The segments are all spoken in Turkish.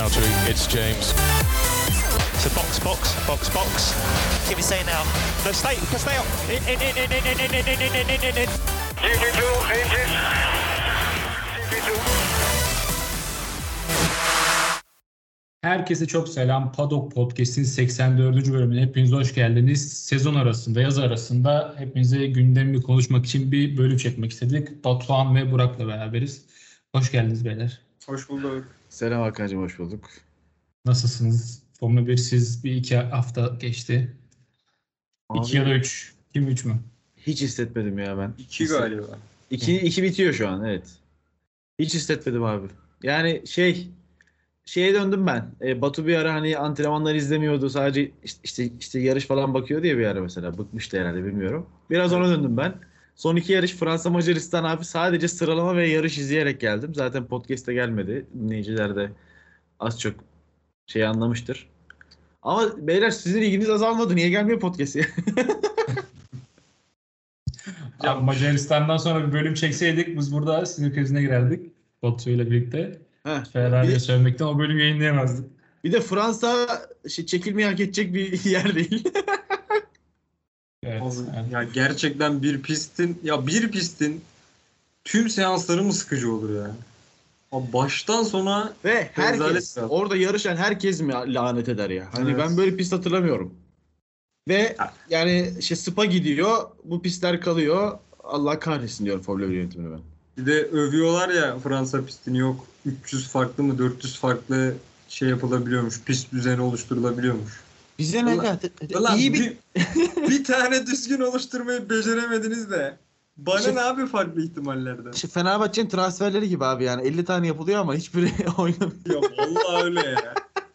Valtteri, it's James. So box. Give me say now. No, stay up. In. GP2, engine. GP2. Herkese çok selam. Paddock Podcast'in 84. bölümüne hepiniz hoş geldiniz. Sezon arasında, yaz arasında hepinize gündemi konuşmak için bir bölüm çekmek istedik. Batuhan ve Burak'la beraberiz. Hoş geldiniz beyler. Hoş bulduk. Selam Hakan'cığım, hoş bulduk. Nasılsınız? Formula 1 siz bir iki hafta geçti. Abi, 2 ya da 3. Kim 3 mü? Hiç hissetmedim ya ben. 2 galiba. 2 bitiyor şu an, evet. Hiç hissetmedim abi. Yani şeye döndüm ben. Batu bir ara hani antrenmanlar izlemiyordu. Sadece işte yarış falan bakıyordu ya bir ara mesela. Bıkmıştı herhalde, bilmiyorum. Biraz ona döndüm ben. Son 2 yarış Fransa Macaristan abi, sadece sıralama ve yarış izleyerek geldim. Zaten podcast'te gelmedi. Dinleyiciler de az çok anlamıştır. Ama beyler sizin ilginiz azalmadı. Niye gelmiyor podcast'e? Abi, Macaristan'dan sonra bir bölüm çekseydik biz burada sinir krizine girerdik. Batu ile birlikte. Ferrari'ye sövmekten o bölümü yayınlayamazdık. Bir de Fransa çekilmeyi hak edecek bir yer değil. Evet, yani. Ya gerçekten bir pistin tüm seansları mı sıkıcı olur ya? Abi baştan sona Ve herkes, rezalet. orada yarışan herkes mi lanet eder ya? Hani Evet. ben böyle pist hatırlamıyorum. Ve yani Spa gidiyor, bu pistler kalıyor. Allah kahretsin diyorum Formula 1 yönetimini ben. Bir de övüyorlar ya Fransa pistini, yok 300 farklı mı 400 farklı şey yapılabiliyormuş. Pist düzeni oluşturulabiliyormuş. Bize ne Ulan- kadar Ulan iyi bir... bir tane düzgün oluşturmayı beceremediniz de. Bana ne abi farklı ihtimallerden? Fenerbahçe'nin transferleri gibi abi yani. 50 tane yapılıyor ama hiçbiri oynamıyor. Ya vallahi öyle ya.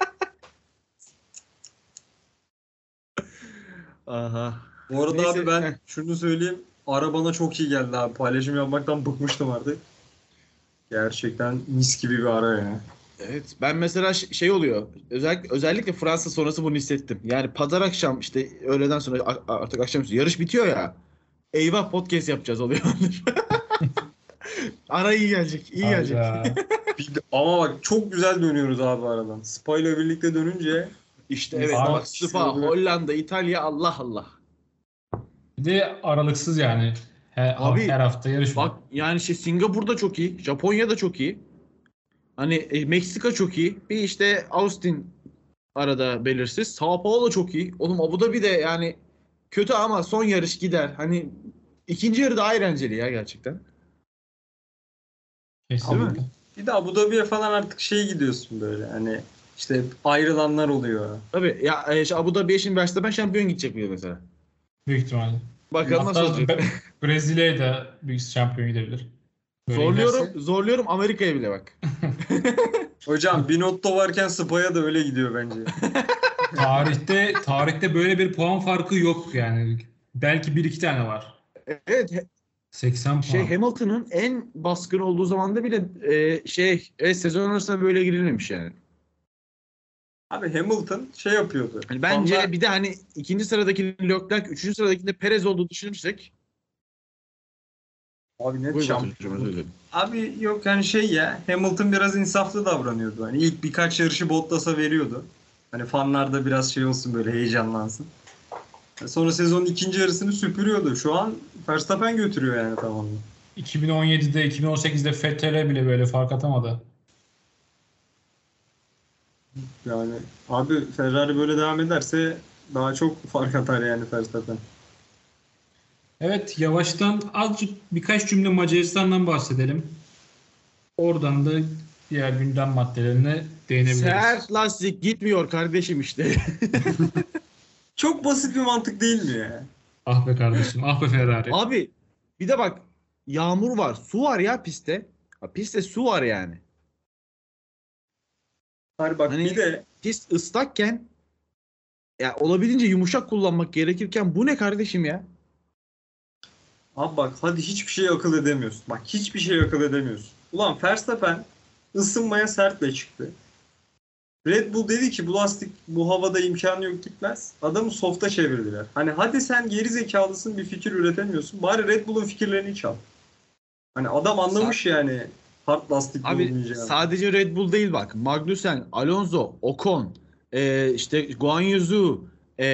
Aha. Bu arada Neyse, abi ben şunu söyleyeyim. Arabana çok iyi geldi abi. Paylaşım yapmaktan bıkmıştım artık. Gerçekten mis gibi bir ara ya. Evet, ben mesela oluyor. Özellikle Fransa sonrası bunu hissettim. Yani pazar akşam işte öğleden sonra artık akşamüstü yarış bitiyor ya. Eyvah, podcast yapacağız oluyor. Ara iyi gelecek, iyi gelecek. Ama bak çok güzel dönüyoruz abi aradan. Spa ile birlikte dönünce İşte evet, Abi, bak Spa, Hollanda, İtalya, Allah Allah. Bir de aralıksız yani. Abi, her hafta yarış var. Bak yani Singapur'da çok iyi, Japonya'da çok iyi. Hani Meksika çok iyi. Bir işte Austin arada belirsiz. Sao Paulo çok iyi. Oğlum Abu Dhabi de yani kötü ama son yarış gider. Hani ikinci yarı daha eğlenceli ya gerçekten. Kesinlikle. bir de Abu Dhabi'ye falan artık gidiyorsun böyle hani işte ayrılanlar oluyor. Tabii ya, Abu Dhabi'ye şimdi Verstappen şampiyon gidecek mi mesela? Büyük ihtimalle. Bakalım nasıl Hatta olacak. Brezilya'ya da büyük şampiyon gidebilir. Böyle giderse- Zorluyorum Amerika'ya bile bak. Hocam Binotto varken Spa'ya da öyle gidiyor bence. tarihte böyle bir puan farkı yok yani. Belki 1-2 tane var. Evet, 80 puan. Hamilton'ın en baskın olduğu zamanda bile sezon arasında böyle girilmemiş yani. Abi Hamilton yapıyordu. Hani bence Sonra- bir de hani ikinci sıradaki Leclerc, üçüncü sıradaki Perez olduğu düşünürsek. Abi net Buyur şampiyon. Batucuğum, özür dilerim. Abi yok yani Hamilton biraz insaflı davranıyordu. Hani ilk birkaç yarışı Bottas'a veriyordu. Hani fanlar da biraz olsun böyle heyecanlansın. Sonra sezonun ikinci yarısını süpürüyordu. Şu an Verstappen götürüyor yani tamamen. 2017'de, 2018'de Vettel'e bile böyle fark atamadı. Yani abi Ferrari böyle devam ederse daha çok fark atar yani Verstappen. Evet, yavaştan azıcık birkaç cümle Macaristan'dan bahsedelim. Oradan da diğer gündem maddelerine değinebiliriz. Sert lastik gitmiyor kardeşim işte. Çok basit bir mantık değil mi ya? Ah be kardeşim, ah be Ferrari. Abi bir de bak, yağmur var, su var ya pistte. Pistte su var yani. Hani bak Hani- bir de Pist ıslakken ya olabildiğince yumuşak kullanmak gerekirken bu ne kardeşim ya? abi bak hadi hiçbir şey akıl edemiyorsun. Bak hiçbir şey akıl edemiyorsun. Ulan Verstappen ısınmaya sertle çıktı. Red Bull dedi ki bu lastik bu havada imkanı yok, gitmez. Adamı soft'a çevirdiler. Hani hadi sen geri zekalısın, bir fikir üretemiyorsun. Bari Red Bull'un fikirlerini çal. Hani adam anlamış yani hard lastik Abi bulunmayacağını. sadece Red Bull değil bak. Magnussen, Alonso, Ocon, işte Guan Yu Zhou,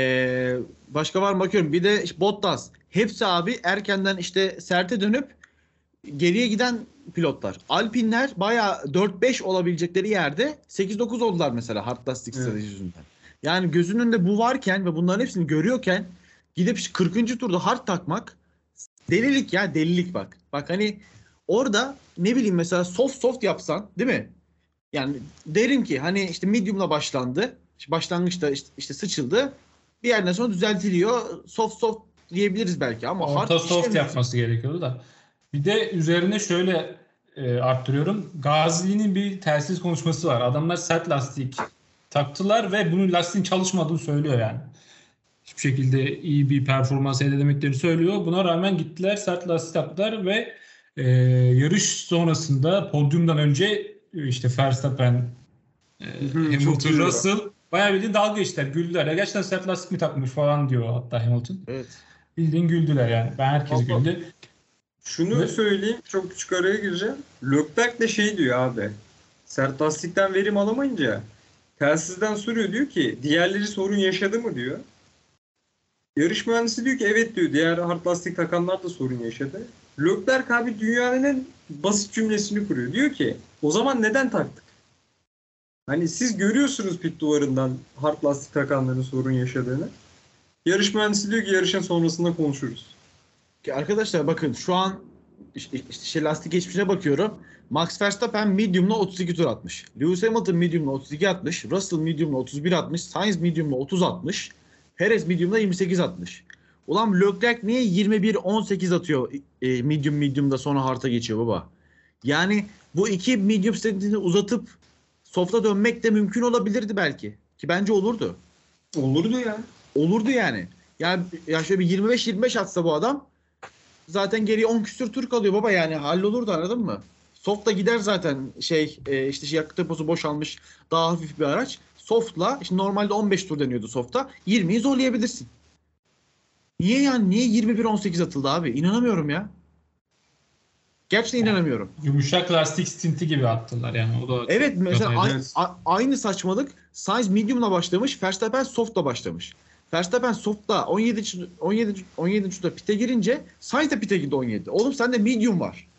başka var mı bakıyorum. Bir de işte Bottas. Hepsi abi erkenden işte serte dönüp geriye giden pilotlar. Alpinler bayağı 4-5 olabilecekleri yerde 8-9 oldular mesela hard lastik stratejisi yüzünden. Yani gözünün önünde bu varken ve bunların hepsini görüyorken gidip işte 40. turda hard takmak delilik ya, delilik bak. Bak hani orada ne bileyim mesela soft yapsan değil mi? Yani derim ki hani işte medium'la başlandı. İşte başlangıçta işte sıçıldı. Bir yerden sonra düzeltiliyor. Soft diyebiliriz belki ama Orta hard soft işte yapması gerekiyordu da. Bir de üzerine şöyle arttırıyorum. Gasly'nin bir telsiz konuşması var. Adamlar sert lastik taktılar ve bunun lastiğin çalışmadığını söylüyor yani. Hiçbir şekilde iyi bir performans elde edemediklerini söylüyor. Buna rağmen gittiler sert lastik taktılar ve yarış sonrasında podyumdan önce işte Verstappen, Hamilton, iyi Russell bayağı bildiğin dalga geçtiler. Güldüler. Ya gerçekten sert lastik mi takmış falan diyor hatta Hamilton. Evet. Bildiğin güldüler yani. Ben herkes Vallahi- güldü. Şunu Ve- söyleyeyim, çok küçük araya gireceğim. Leclerc de şey diyor abi. Sert lastikten verim alamayınca telsizden soruyor, diyor ki diğerleri sorun yaşadı mı diyor. Yarış mühendisi diyor ki evet diyor, diğer hard lastik takanlar da sorun yaşadı. Leclerc abi dünyanın en basit cümlesini kuruyor. Diyor ki o zaman neden taktık? Hani siz görüyorsunuz pit duvarından hard lastik takanların sorun yaşadığını. Yarış mühendisi diyor ki yarışın sonrasında konuşuruz. Ki arkadaşlar bakın şu an işte lastik geçmişine bakıyorum. Max Verstappen medium'la 32 tur atmış. Lewis Hamilton medium'la 32 atmış. Russell medium'la 31 atmış. Sainz medium'la 30 atmış. Perez medium'la 28 atmış. Ulan Leclerc niye 21-18 atıyor medium'da sonra hard'a geçiyor baba? Yani bu iki medium stratejisini uzatıp soft'a dönmek de mümkün olabilirdi belki. Ki bence olurdu. Olurdu ya. Olurdu yani. Ya şöyle bir 25-25 atsa bu adam zaten geriye 10 küsür tur kalıyor baba, yani hallolurdu, anladın mı? Soft'la gider zaten işte yakıt deposu boşalmış daha hafif bir araç. Soft'la işte normalde 15 tur deniyordu soft'ta. 20'yi zorlayabilirsin. Niye yani? Niye 21-18 atıldı abi? İnanamıyorum ya. Gerçekten inanamıyorum. Yumuşak lastik stinti gibi attılar yani. O da Evet mesela Evet. aynı saçmalık. Sainz medium'la başlamış, Verstappen soft'la başlamış. Verstappen soft'ta 17. turda pite girince Sainz de pite girdi 17. Oğlum sende medium var.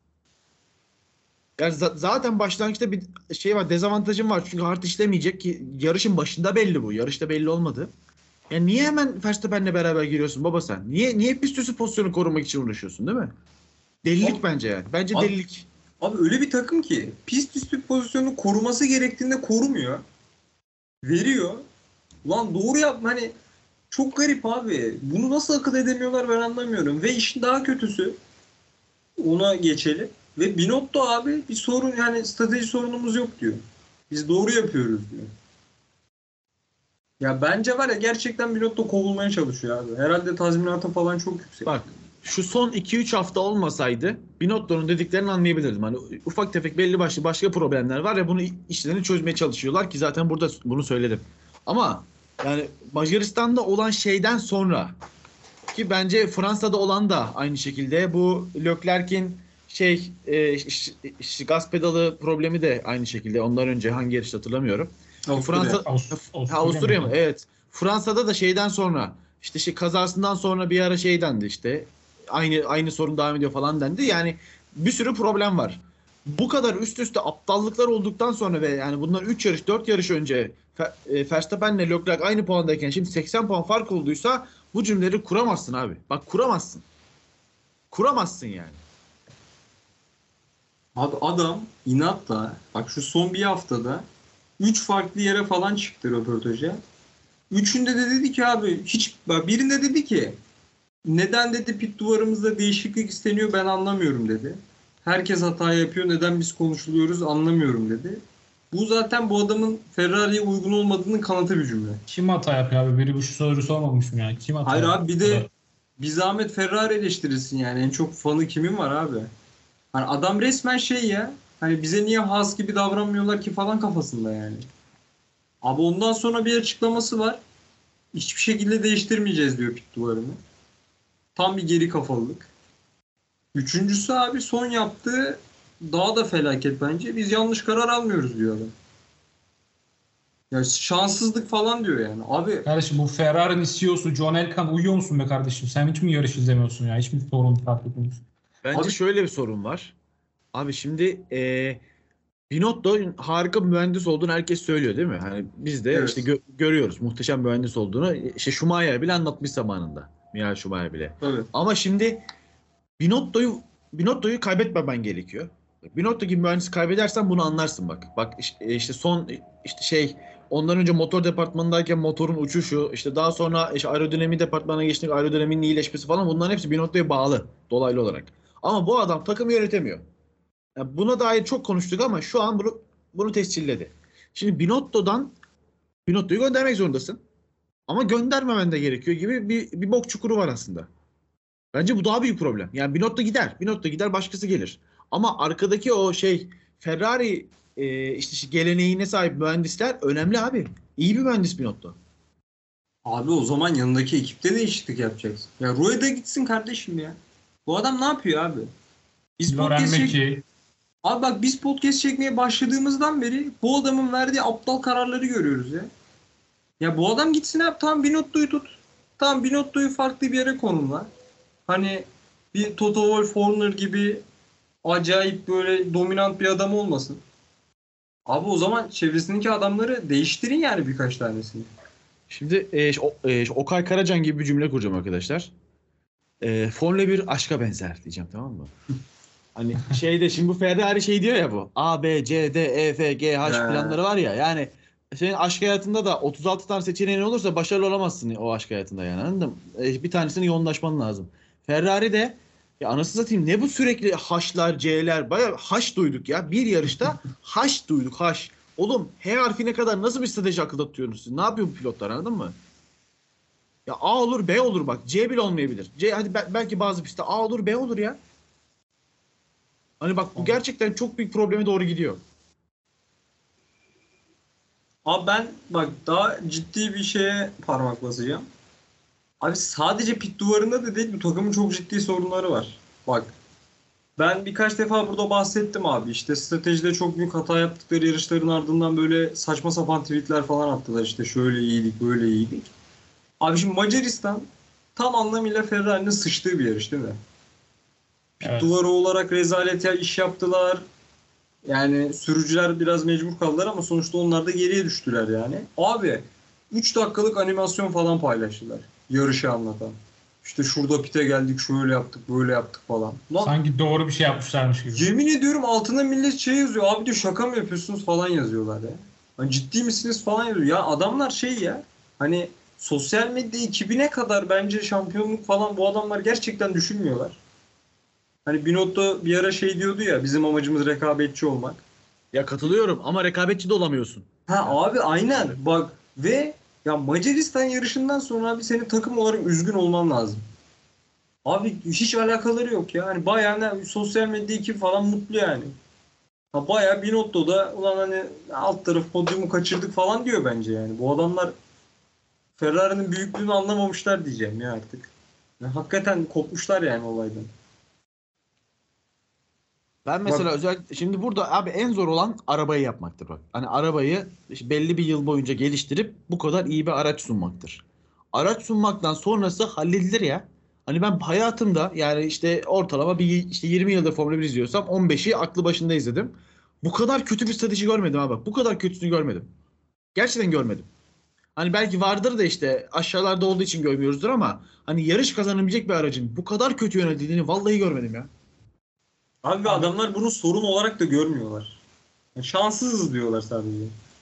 Yani zaten başlangıçta bir şey var, dezavantajım var. Çünkü hard işlemeyecek ki yarışın başında belli bu. Yarışta belli olmadı. Yani niye hemen Verstappen'le beraber giriyorsun baba sen? Niye pist üstü pozisyonu korumak için uğraşıyorsun değil mi? Delilik bence yani. Bence Abi- delilik. Abi öyle bir takım ki pist üstü pozisyonu koruması gerektiğinde korumuyor. Veriyor. Ulan doğru yapma, hani çok garip abi. Bunu nasıl akıl edemiyorlar ben anlamıyorum. Ve işin daha kötüsü, ona geçelim. Ve Binotto abi bir sorun, yani strateji sorunumuz yok diyor. Biz doğru yapıyoruz diyor. Ya bence var ya, gerçekten Binotto kovulmaya çalışıyor abi. Herhalde tazminatı falan çok yüksek. Bak şu son 2-3 hafta olmasaydı Binotto'nun dediklerini anlayabilirdim. Hani ufak tefek belli başlı başka problemler var ya, bunu işlerini çözmeye çalışıyorlar ki zaten burada bunu söyledim. Ama yani Macaristan'da olan şeyden sonra ki bence Fransa'da olan da aynı şekilde, bu Leclerc'in gaz pedalı problemi de aynı şekilde, ondan önce hangi yarışta hatırlamıyorum. Fransa Avusturya mı? Evet. Fransa'da da şeyden sonra işte kazasından sonra bir ara dendi işte. Aynı sorun devam ediyor falan dendi. Yani bir sürü problem var. Bu kadar üst üste aptallıklar olduktan sonra ve yani bunlar 3 yarış 4 yarış önce Verstappen'le Leclerc aynı puandayken şimdi 80 puan fark olduysa bu cümleleri kuramazsın abi. Bak kuramazsın. Kuramazsın yani. Abi adam inatla, bak şu son bir haftada 3 farklı yere falan çıktı röportaja. Üçünde de dedi ki abi birinde dedi ki neden dedi pit duvarımızda değişiklik isteniyor ben anlamıyorum dedi. Herkes hata yapıyor, neden biz konuşuluyoruz anlamıyorum dedi. Bu zaten bu adamın Ferrari'ye uygun olmadığının kanıtı bir cümle. Kim hata yapıyor abi? Biri bu soruyu sormamış mı yani? Kim hata Hayır yapıyor? abi, bir de bir zahmet Ferrari eleştirirsin yani. En çok fanı kimin var abi? Hani adam resmen ya, hani bize niye Haas gibi davranmıyorlar ki falan kafasında yani. Abi ondan sonra bir açıklaması var. Hiçbir şekilde değiştirmeyeceğiz diyor pit duvarını. Tam bir geri kafalılık. Üçüncüsü abi son yaptığı daha da felaket bence. Biz yanlış karar almıyoruz diyor adam. Ya şanssızlık falan diyor yani. Abi Kardeşim bu Ferrari'nin CEO'su John Elkann uyuyor musun be kardeşim? Sen hiç mi yarış izlemiyorsun ya? Hiç mi sorun fark etmiyorsun? Bence Abi- şöyle bir sorun var. Abi şimdi Binotto harika bir mühendis olduğunu herkes söylüyor değil mi? Hani biz de Evet. işte görüyoruz muhteşem mühendis olduğunu. İşte Schumacher bile anlatmış zamanında. Michael Schumacher bile. tabii. Ama şimdi Binotto'yu kaybetmemen gerekiyor. Binotto gibi mühendis kaybedersen bunu anlarsın bak. Bak işte son işte ondan önce motor departmanındayken motorun uçuşu, işte daha sonra işte aerodinami departmanına geçtik, aerodinaminin iyileşmesi falan, bunların hepsi Binotto'ya bağlı dolaylı olarak. Ama bu adam takımı yönetemiyor. Yani buna dair çok konuştuk ama şu an bunu tescilledi. Şimdi Binotto'yu göndermek zorundasın. Ama göndermemen de gerekiyor gibi bir bok çukuru var aslında. Bence bu daha büyük problem. Yani Binotto gider başkası gelir. Ama arkadaki o Ferrari işte geleneğine sahip mühendisler önemli abi. İyi bir mühendis Binotto. Abi o zaman yanındaki ekipte değişiklik yapacaksın. Ya Rueda gitsin kardeşim ya. Bu adam ne yapıyor abi? Biz Loren podcast Meki. Abi bak biz podcast çekmeye başladığımızdan beri bu adamın verdiği aptal kararları görüyoruz ya. Ya bu adam gitsin abi, tamam Binotto'yu tut. Tamam Binotto'yu farklı bir yere konumla. Hani bir Toto Wolff Horner gibi acayip böyle dominant bir adam olmasın. Abi o zaman çevresindeki adamları değiştirin yani birkaç tanesini. Şimdi Okay Karacan gibi bir cümle kuracağım arkadaşlar. Formula 1 aşka benzer diyeceğim, tamam mı? Hani şimdi bu Ferrari diyor ya, bu A, B, C, D, E, F, G, H planları var ya, yani senin aşk hayatında da 36 tane seçeneğin olursa başarılı olamazsın o aşk hayatında, yani anladın mı? Bir tanesini yoğunlaşman lazım. Ferrari de ya anasını satayım, ne bu sürekli H'lar, C'ler, bayağı H duyduk ya. Bir yarışta H duyduk, H. Oğlum H harfine kadar nasıl bir strateji akılda tutuyorsunuz siz? Ne yapıyor bu pilotlar, anladın mı? Ya A olur, B olur bak. C bile olmayabilir. C hadi belki bazı pistte A olur, B olur ya. Hani bak bu gerçekten çok büyük probleme doğru gidiyor. Abi ben bak daha ciddi bir şeye parmak basacağım. Abi sadece pit duvarında da değil, bu takımın çok ciddi sorunları var. Bak ben birkaç defa burada bahsettim abi. İşte stratejide çok büyük hata yaptıkları yarışların ardından böyle saçma sapan tweetler falan attılar. İşte şöyle iyiydik, böyle iyiydik. Abi şimdi Macaristan tam anlamıyla Ferrari'nin sıçtığı bir yarış değil mi? Pit Evet. duvarı olarak rezalet ya iş yaptılar. Yani sürücüler biraz mecbur kaldılar ama sonuçta onlar da geriye düştüler yani. Abi 3 dakikalık animasyon falan paylaştılar. Yarışı anlatan. İşte şurada pite geldik, şöyle yaptık, böyle yaptık falan. Lan Sanki doğru bir şey yapmışlarmış gibi. yemin ediyorum altına millet yazıyor. Abi diyor şaka mı yapıyorsunuz falan yazıyorlar ya. Hani ciddi misiniz falan yazıyor. Ya adamlar ya. Hani sosyal medya 2000'e kadar bence şampiyonluk falan bu adamlar gerçekten düşünmüyorlar. Hani Binotto bir ara diyordu ya, bizim amacımız rekabetçi olmak. Ya katılıyorum ama rekabetçi de olamıyorsun. Ha abi aynen bak ve ya Macaristan yarışından sonra abi senin takım olarak üzgün olman lazım. Abi hiç alakaları yok ya. Hani bayağı sosyal medya ekibi falan mutlu yani. Ha bayağı Binotto da ulan hani alt taraf podyumu kaçırdık falan diyor bence yani. Bu adamlar Ferrari'nin büyüklüğünü anlamamışlar diyeceğim ya artık. Ya hakikaten kopmuşlar yani olaydan. Ben mesela özellikle şimdi burada abi en zor olan arabayı yapmaktır bak. Hani arabayı işte belli bir yıl boyunca geliştirip bu kadar iyi bir araç sunmaktır. Araç sunmaktan sonrası halledilir ya. Hani ben hayatımda yani işte ortalama işte 20 yıldır Formula 1 izliyorsam 15'i aklı başında izledim. Bu kadar kötü bir strateji görmedim abi. Bu kadar kötüsünü görmedim. Gerçekten görmedim. Hani belki vardır da işte aşağılarda olduğu için görmüyoruzdur ama hani yarış kazanabilecek bir aracın bu kadar kötü yönetildiğini vallahi görmedim ya. Abi adamlar bunu sorun olarak da görmüyorlar. Yani şanssızız diyorlar sadece.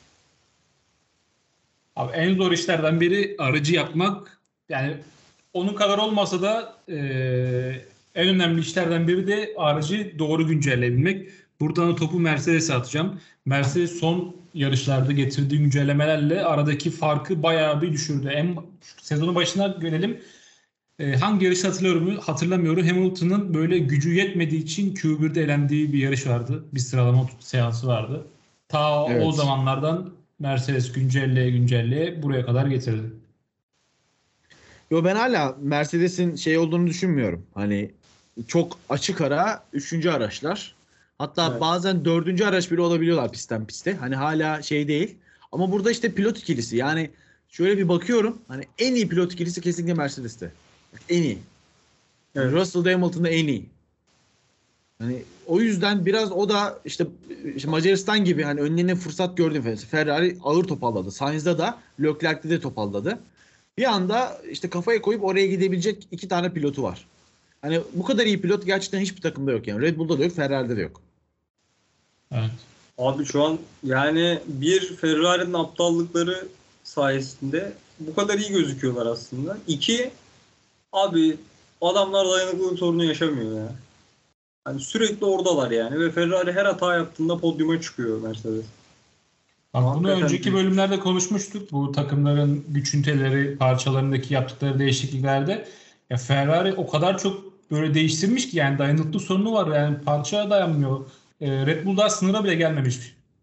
Abi en zor işlerden biri aracı yapmak. Yani onun kadar olmasa da en önemli işlerden biri de aracı doğru güncelleyebilmek. Buradan o topu Mercedes'e atacağım. Mercedes son yarışlarda getirdiği güncellemelerle aradaki farkı bayağı bir düşürdü. Sezonun başına görelim. Hangi yarışı hatırlamıyorum. Hamilton'ın böyle gücü yetmediği için Q1'de elendiği bir yarış vardı. Bir sıralama seansı vardı. Ta Evet. o zamanlardan Mercedes güncelleye buraya kadar getirdi. Yo ben hala Mercedes'in olduğunu düşünmüyorum. Hani çok açık ara 3. araçlar. Hatta Evet. bazen dördüncü araç bile olabiliyorlar pistten piste. Hani hala şey değil. Ama burada işte pilot ikilisi. Yani şöyle bir bakıyorum. Hani en iyi pilot ikilisi kesinlikle Mercedes'te. En iyi. Yani Evet. Russell Hamilton'da en iyi. Hani o yüzden biraz o da işte Macaristan gibi hani önlerine fırsat gördüğüm Ferrari ağır topalladı. Sainz'da da Leclerc'te de topalladı. Bir anda işte kafaya koyup oraya gidebilecek iki tane pilotu var. Hani bu kadar iyi pilot gerçekten hiçbir takımda yok yani. Red Bull'da da yok, Ferrari'de de yok. Evet. Abi şu an yani bir Ferrari'nin aptallıkları sayesinde bu kadar iyi gözüküyorlar aslında. İki, abi adamlar dayanıklılık sorunu yaşamıyor ya. Hani sürekli oradalar yani ve Ferrari her hata yaptığında podyuma çıkıyor Mercedes. Bak, bunu Hakikaten önceki büyük. bölümlerde konuşmuştuk. Bu takımların güç üniteleri parçalarındaki yaptıkları değişikliklerde. Ya Ferrari o kadar çok böyle değiştirmiş ki yani dayanıklı sorunu var. Yani parça dayanmıyor. Red Bull daha sınıra bile gelmemiş.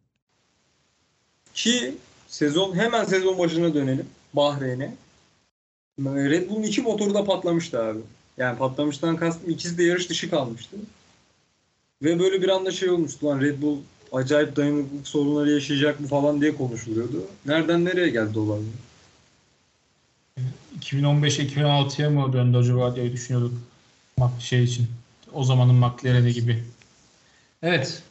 Ki hemen sezon başına dönelim Bahreyn'e. Red Bull'un iki motoru da patlamıştı abi. Yani patlamıştan kastım ikisi de yarış dışı kalmıştı. Ve böyle bir anda şey olmuştu lan, Red Bull acayip dayanıklılık sorunları yaşayacak mı falan diye konuşuluyordu. Nereden nereye geldi olay? 2015-2016'ya mı döndü acaba diye düşünüyorduk. Şey için. O zamanın McLaren'i gibi. Evet.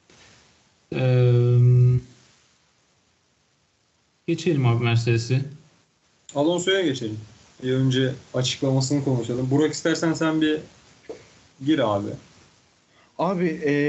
Geçelim abi Mercedes'i. Alonso'ya geçelim. Önce açıklamasını konuşalım. Burak, istersen sen bir gir abi. Abi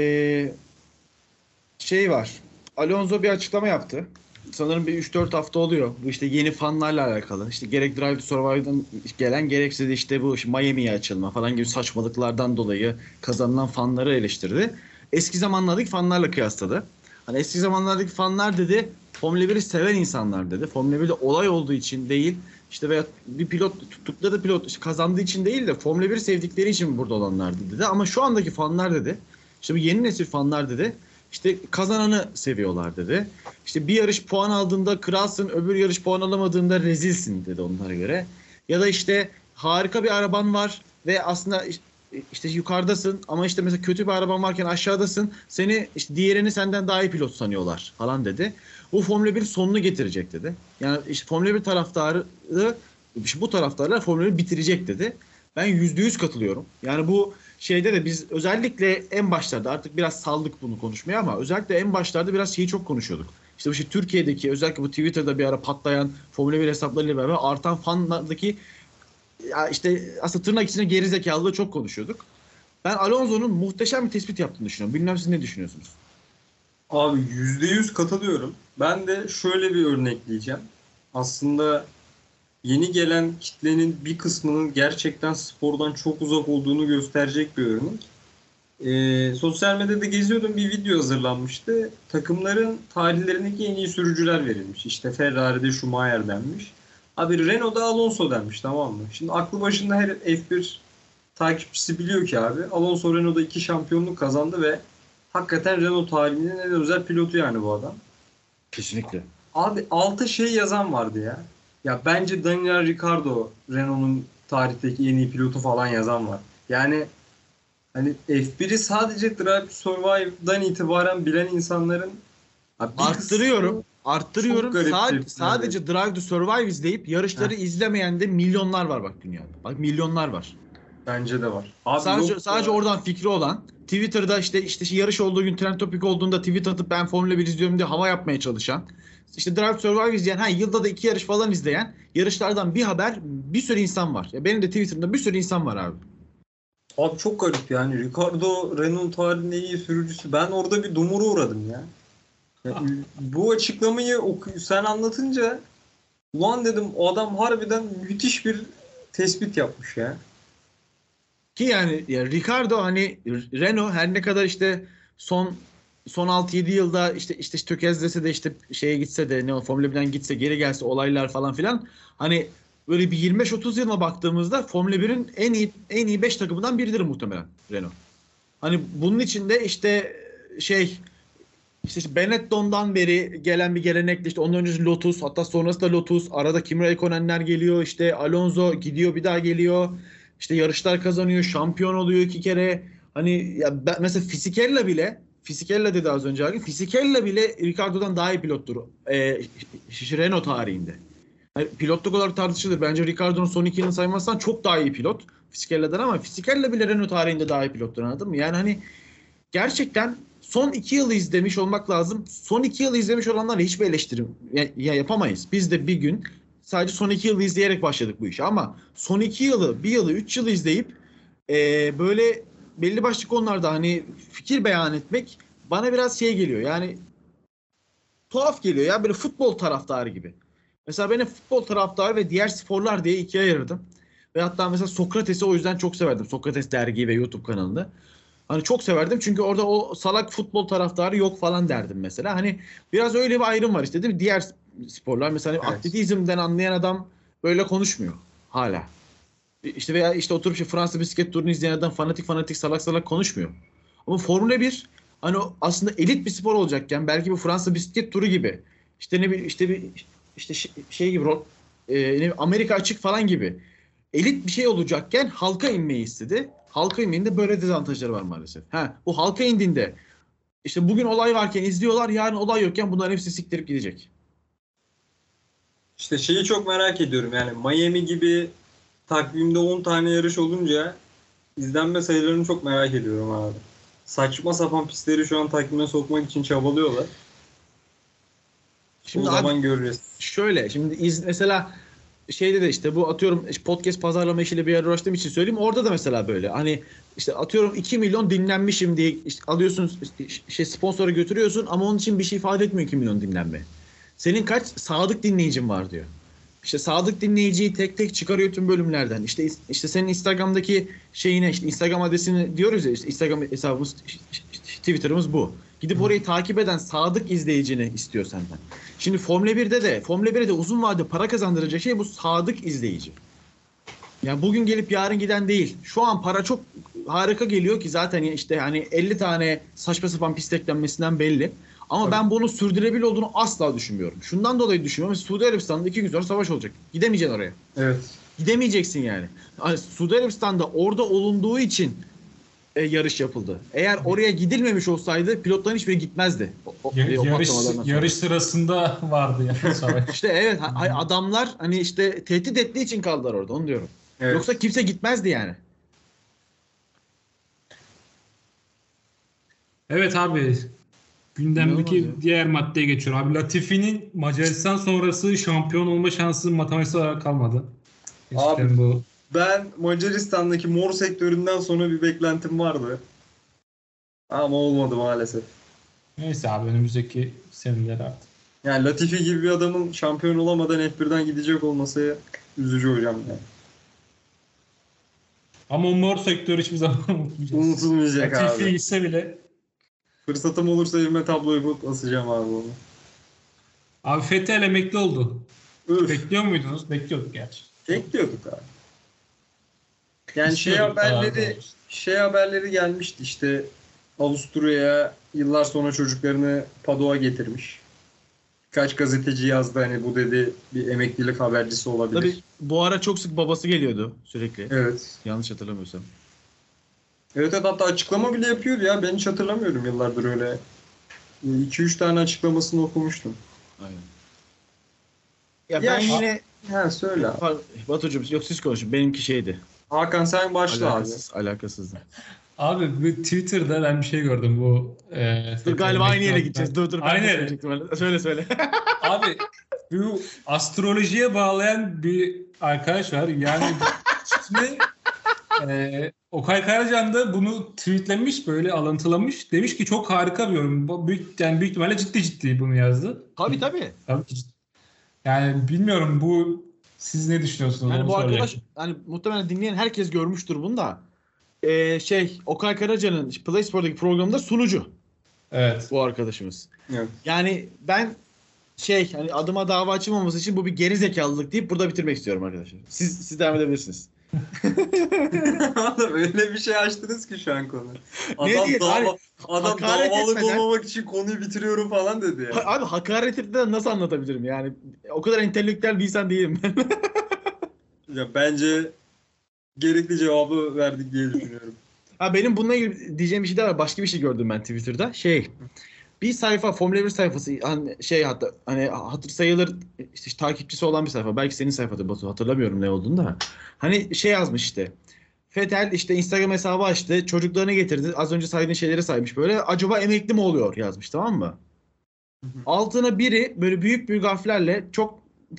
şey var. Alonso bir açıklama yaptı. Sanırım bir 3-4 hafta oluyor. Bu işte yeni fanlarla alakalı. İşte gerek Drive to Survive'dan gelen gerekse de işte bu Miami'ye açılma falan gibi saçmalıklardan dolayı kazanılan fanları eleştirdi. Eski zamanlardaki fanlarla kıyasladı. Hani eski zamanlardaki fanlar dedi Formula 1'i seven insanlar dedi. Formula 1'de olay olduğu için değil işte veya bir pilot tuttukları pilot işte kazandığı için değil de Formula 1'i sevdikleri için burada olanlardı dedi. Ama şu andaki fanlar dedi işte bu yeni nesil fanlar dedi işte kazananı seviyorlar dedi. İşte bir yarış puan aldığında kralsın, öbür yarış puan alamadığında rezilsin dedi onlara göre. Ya da işte harika bir araban var ve aslında işte yukarıdasın ama işte mesela kötü bir araban varken aşağıdasın. Seni işte diğerini senden daha iyi pilot sanıyorlar falan dedi. Bu Formula 1 sonunu getirecek dedi. Yani işte Formula 1 taraftarı işte bu taraftarlar Formula 1 bitirecek dedi. Ben %100 katılıyorum. Yani bu şeyde de biz özellikle en başlarda artık biraz saldık bunu konuşmaya ama özellikle en başlarda biraz şeyi çok konuşuyorduk. İşte bu şey Türkiye'deki özellikle bu Twitter'da bir ara patlayan Formula 1 hesaplarıyla beraber artan fanlardaki ya işte aslında tırnak içine gerizekalılığı çok konuşuyorduk. Ben Alonso'nun muhteşem bir tespit yaptığını düşünüyorum. Bilmem siz ne düşünüyorsunuz? Abi %100 katılıyorum. Ben de şöyle bir örnekleyeceğim. Aslında yeni gelen kitlenin bir kısmının gerçekten spordan çok uzak olduğunu gösterecek bir örnek. Sosyal medyada geziyordum, bir video hazırlanmıştı. Takımların tarihlerindeki en iyi sürücüler verilmiş. İşte Ferrari'de Schumacher denmiş. Abi Renault'da Alonso denmiş, tamam mı? Şimdi aklı başında her F1 takipçisi biliyor ki abi Alonso Renault'da 2 şampiyonluk kazandı ve hakikaten Renault tarihinin en özel pilotu yani bu adam. Kesinlikle. Abi 6 şey yazan vardı ya. Ya bence Daniel Ricciardo Renault'un tarihteki en iyi pilotu falan yazan var. Yani hani F1'i sadece Drive to Survive'dan itibaren bilen insanların Arttırıyorum. Çok garip tepkiler Sadece Drive to Survive izleyip yarışları izlemeyen de milyonlar var bak dünyada. Bak milyonlar var. bence de var. Abi Sadece oradan fikri olan Twitter'da işte yarış olduğu gün trend topik olduğunda tweet atıp ben Formula 1 izliyorum diye hava yapmaya çalışan, işte Drive to Survive izleyen, yılda da 2 yarış falan izleyen, yarışlardan bir haber bir sürü insan var. Ya benim de Twitter'ımda bir sürü insan var abi. Abi çok garip yani. Ricardo Renault tarihinin en iyi sürücüsü. Ben orada bir dumura uğradım ya. Bu açıklamayı sen anlatınca ulan dedim, o adam harbiden müthiş bir tespit yapmış ya. Ki yani ya Ricardo hani Renault her ne kadar işte son 6-7 yılda işte tökezlese de işte şeye gitse de ne Formula 1'den gitse geri gelse olaylar falan filan hani böyle bir 25-30 yılına baktığımızda Formula 1'in en iyi 5 takımından biridir muhtemelen Renault. Hani bunun içinde işte Benetton'dan beri gelen bir gelenekle işte ondan önce Lotus, hatta sonrası da Lotus, arada Kimi Räikkönen'ler geliyor, işte Alonso gidiyor bir daha geliyor, işte yarışlar kazanıyor, şampiyon oluyor 2 kere. hani ya mesela Fisichella dedi az önce abi. Fisichella bile Ricardo'dan daha iyi pilottur. Renault tarihinde. Yani pilotluk olarak tartışılır. Bence Ricardo'nun son 2 yılını saymazsan çok daha iyi pilot Fisichella'dan, ama Fisichella bile Renault tarihinde daha iyi pilottur, anladın mı? Yani hani gerçekten son 2 yılı izlemiş olmak lazım. Son 2 yılı izlemiş olanlarla hiçbir eleştirim yapamayız. Biz de bir gün sadece son 2 yılı izleyerek başladık bu işe, ama son 2 yılı, 1 yılı, 3 yılı izleyip böyle belli başlı konularda hani fikir beyan etmek bana biraz şey geliyor. Yani tuhaf geliyor ya, böyle futbol taraftarı gibi. Mesela ben futbol taraftarı ve diğer sporlar diye ikiye ayırdım. Ve hatta mesela Sokrates'i o yüzden çok severdim. Sokrates dergi ve YouTube kanalında. Hani çok severdim çünkü orada o salak futbol taraftarı yok falan derdim mesela. Hani biraz öyle bir ayrım var işte, değil mi? Diğer sporlar mesela Evet. atletizmden anlayan adam böyle konuşmuyor hala. İşte veya işte oturup Fransa bisiklet turunu izleyen adam fanatik salak salak konuşmuyor. Ama Formula 1 hani aslında elit bir spor olacakken, belki bu Fransa bisiklet turu gibi işte ne şey gibi Amerika açık falan gibi elit bir şey olacakken halka inmeyi istedi. Halka inmenin böyle dezavantajları var maalesef. Bu halka indiğinde işte bugün olay varken izliyorlar, yarın olay yokken bunların hepsi siktirip gidecek. İşte şeyi çok merak ediyorum, yani Miami gibi takvimde 10 tane yarış olunca izlenme sayılarını çok merak ediyorum abi. Saçma sapan pistleri şu an takvime sokmak için çabalıyorlar. Şimdi o zaman göreceğiz. Şöyle şimdi mesela şeyde de işte bu atıyorum podcast pazarlama işiyle bir yer uğraştığım için söyleyeyim. Orada da mesela böyle hani işte atıyorum 2 milyon dinlenmişim diye işte alıyorsun, sponsora götürüyorsun ama onun için bir şey ifade etmiyor 2 milyon dinlenme. Senin kaç sadık dinleyicin var diyor. İşte sadık dinleyiciyi tek tek çıkarıyor tüm bölümlerden. İşte senin Instagram'daki şeyine, işte Instagram adresini diyoruz ya, işte Instagram hesabımız, Twitter'ımız bu. Gidip orayı takip eden sadık izleyicini istiyor senden. Şimdi Formula 1'de de uzun vadede para kazandıracak şey bu sadık izleyici. Yani bugün gelip yarın giden değil. Şu an para çok harika geliyor ki zaten işte hani 50 tane saçma sapan pist eklenmesinden belli. Ama Tabii. ben bunun sürdürülebilir olduğunu asla düşünmüyorum. Şundan dolayı düşünmüyorum. Suudi Arabistan'da 2 gün sonra savaş olacak. Gidemeyeceksin oraya. Evet. Gidemeyeceksin yani. Hani Suudi Arabistan'da orada olunduğu için yarış yapıldı. Eğer oraya gidilmemiş olsaydı pilotların hiçbiri gitmezdi. Yarış sırasında vardı ya savaş. İşte evet, adamlar hani işte tehdit ettiği için kaldılar orada, onu diyorum. Evet. Yoksa kimse gitmezdi yani. Evet abi. Gündemdeki İnanılmaz ya. diğer maddeye geçiyorum. Abi Latifi'nin Macaristan sonrası şampiyon olma şansı matematiksel olarak kalmadı. Abi, Eskiden bu. Ben Macaristan'daki mor sektöründen sonra bir beklentim vardı. Ama olmadı maalesef. Neyse abi, önümüzdeki seneler artık. Yani Latifi gibi bir adamın şampiyon olamadan F1'den gidecek olması üzücü hocam yani. Ama o mor sektörü hiçbir zaman unutmayacağız. Unutulmayacak Latifi abi. ise bile. Fırsatım olursa evime tabloyu asacağım abi onu. Abi Vettel emekli oldu. Üf. Bekliyor muydunuz? Bekliyorduk gerçi. Bekliyorduk abi. Yani İstiyorduk daha doğrusu. haberleri gelmişti işte, Avusturya'ya yıllar sonra çocuklarını Padova getirmiş. Birkaç gazeteci yazdı hani bu dedi bir emeklilik habercisi olabilir. Tabii bu ara çok sık babası geliyordu sürekli. Evet. Yanlış hatırlamıyorsam. Evet, hatta açıklama bile yapıyordu ya. Ben hiç hatırlamıyorum yıllardır öyle. 2-3 tane açıklamasını okumuştum. Aynen. Ya Ya ben yine söyle abi. Batucuğum, yok siz konuşun. Benimki şeydi. Hakan sen başla Alakasızdı. Abi bu Twitter'da ben bir şey gördüm bu. Dur galiba aynı yere Vettel- gideceğiz. Dur. Ben Aynı de yere. söyleyecektim. Söyle. Abi bu astrolojiye bağlayan bir arkadaş var. Yani ismi Okay Karacan da bunu tweetlemiş, böyle alıntılamış. Demiş ki çok harika bir yorum. Büyük ihtimalle ciddi bunu yazdı. Tabii. Tabii ki ciddi. Yani bilmiyorum, bu siz ne düşünüyorsunuz? Yani onu bu arkadaş soracaktım. hani muhtemelen dinleyen herkes görmüştür bunu da. Okay Karaca'nın Play Spor'daki programında sunucu Evet. bu arkadaşımız. Evet. Yani ben hani adıma dava açılmaması için bu bir geri zekalılık deyip burada bitirmek istiyorum arkadaşlar. Siz devam edebilirsiniz. Öyle bir şey açtınız ki şu an konu. Ne diye? Adam hakaret davalık etmeden- olmamak için konuyu bitiriyorum falan dedi ya. Abi hakaret etmeden nasıl anlatabilirim yani? O kadar entelektüel bir insan değilim ben. Ya bence gerekli cevabı verdik diye düşünüyorum. Ha, benim bununla ilgili diyeceğim bir şey daha var. Başka bir şey gördüm ben Twitter'da. Bir sayfa, Formula 1 sayfası, hani hatta hani hatır sayılır işte takipçisi olan bir sayfa. Belki senin sayfada Batu, hatırlamıyorum ne olduğunu da. Hani yazmış işte. Vettel işte Instagram hesabı açtı. Çocuklarını getirdi. Az önce saydığın şeyleri saymış böyle. Acaba emekli mi oluyor yazmış, tamam mı? Altına biri böyle büyük büyük harflerle çok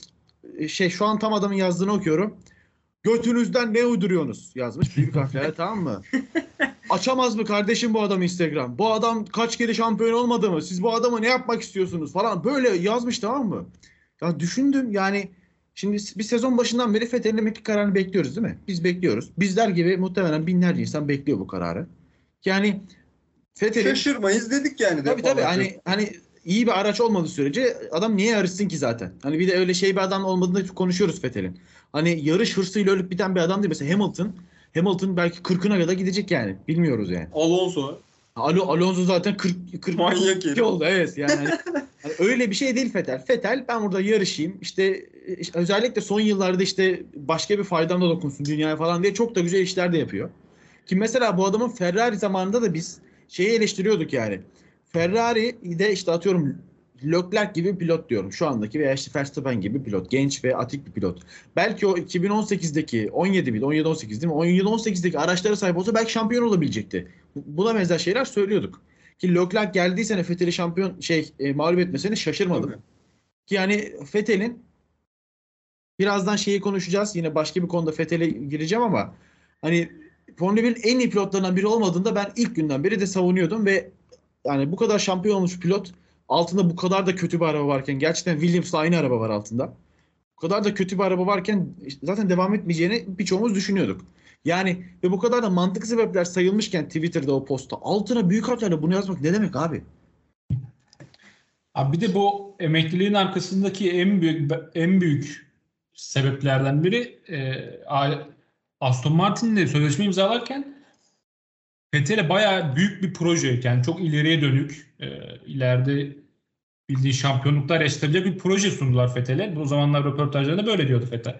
şu an tam adamın yazdığını okuyorum. Götünüzden ne uyduruyorsunuz yazmış büyük harflerle, tamam mı? Açamaz mı kardeşim bu adam Instagram? Bu adam kaç kere şampiyon olmadı mı? Siz bu adama ne yapmak istiyorsunuz falan böyle yazmış, tamam mı? Ya düşündüm yani, şimdi bir sezon başından beri Vettel'in emeklilik kararını bekliyoruz değil mi? Biz bekliyoruz. Bizler gibi muhtemelen binlerce insan bekliyor bu kararı. Yani Vettel'in... Şaşırmayız dedik yani. Tabii hani iyi bir araç olmadığı sürece adam niye yarışsın ki zaten? Hani bir de öyle bir adam olmadığını konuşuyoruz Vettel'in. Hani yarış hırsıyla ölüp biten bir adam değil. Mesela Hamilton belki 40'ına kadar gidecek yani. Bilmiyoruz yani. Alonso zaten 40 manyak herif oldu. Evet yani, hani öyle bir şey değil Vettel. Vettel ben burada yarışayım. İşte özellikle son yıllarda işte başka bir faydam da dokunsun dünyaya falan diye çok da güzel işler de yapıyor. Ki mesela bu adamın Ferrari zamanında da biz eleştiriyorduk yani. Ferrari'de işte atıyorum Leclerc gibi pilot diyorum şu andaki, veya işte Verstappen gibi pilot. Genç ve atik bir pilot. Belki o 2018'deki 17-18 değil mi? 17-18'deki araçlara sahip olsa belki şampiyon olabilecekti. Buna benzer şeyler söylüyorduk. Ki Leclerc geldiği sene Vettel'i şampiyon mağlup etmesine şaşırmadım. Tabii. Ki yani Vettel'in birazdan konuşacağız. Yine başka bir konuda Vettel'e gireceğim ama hani Formula 1'in en iyi pilotlarından biri olmadığında ben ilk günden beri de savunuyordum ve yani bu kadar şampiyon olmuş pilot altında bu kadar da kötü bir araba varken, gerçekten Williams'la aynı araba var altında. Bu kadar da kötü bir araba varken zaten devam etmeyeceğini birçoğumuz düşünüyorduk. Yani ve bu kadar da mantıklı sebepler sayılmışken Twitter'da o postta altına büyük harflerle bunu yazmak ne demek abi? Abi bir de bu emekliliğin arkasındaki en büyük sebeplerden biri Aston Martin'le sözleşme imzalarken Vettel'e bayağı büyük bir proje, yani çok ileriye dönük, ileride bildiği şampiyonluklar yaşatabilecek bir proje sundular Vettel'e. Bu zamanlar röportajlarında böyle diyordu Vettel.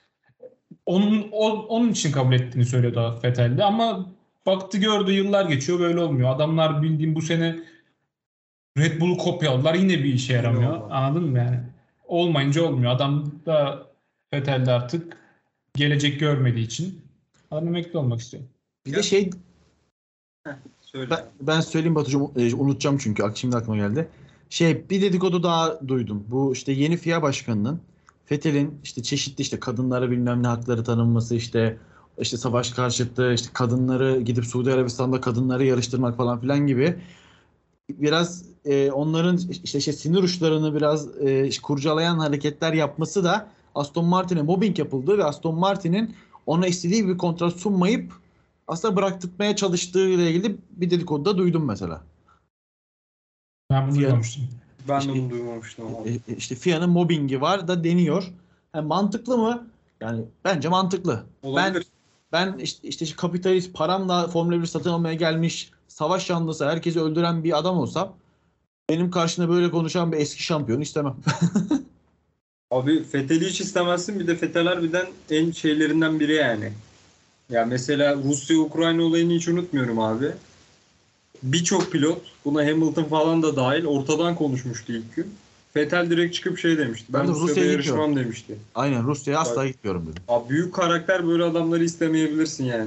Onun için kabul ettiğini söylüyordu Vettel'de, ama baktı gördü yıllar geçiyor, böyle olmuyor. Adamlar bildiğim bu sene Red Bull'u kopyaladılar, yine bir işe yaramıyor. Anladın mı yani? Olmayınca olmuyor. Adam da Vettel'de artık gelecek görmediği için adam emekli olmak istiyor. Bir de ben söyleyeyim Batucuğum, unutacağım çünkü şimdi aklıma geldi. Bir dedikodu daha duydum. Bu işte yeni FIA başkanının Vettel'in işte çeşitli işte kadınlara bilmem ne hakları tanınması, işte savaş karşıtı, işte kadınları gidip Suudi Arabistan'da kadınları yarıştırmak falan filan gibi biraz onların işte sinir uçlarını biraz kurcalayan hareketler yapması da Aston Martin'e mobbing yapıldı ve Aston Martin'in ona istediği bir kontrat sunmayıp aslında bıraktırmaya çalıştığı ile ilgili bir dedikodu da duydum mesela. Ben bunu duymamıştım. Ben de bunu duymamıştım. İşte FIA'nın mobbingi var da deniyor. Yani mantıklı mı? Yani bence mantıklı. Olabilir. Ben işte kapitalist, paramla Formula 1 satın almaya gelmiş, savaş yanlısı, herkesi öldüren bir adam olsam benim karşımda böyle konuşan bir eski şampiyonu istemem. Abi Vettel'i hiç istemezsin. Bir de Vettel harbiden en şeylerinden biri yani. Ya mesela Rusya-Ukrayna olayını hiç unutmuyorum abi. Birçok pilot, buna Hamilton falan da dahil, ortadan konuşmuştu ilk gün. Vettel direkt çıkıp demişti. Ben Rusya'da yarışmam demişti. Aynen, Rusya'ya asla gitmiyorum dedi. Abi büyük karakter, böyle adamları istemeyebilirsin yani.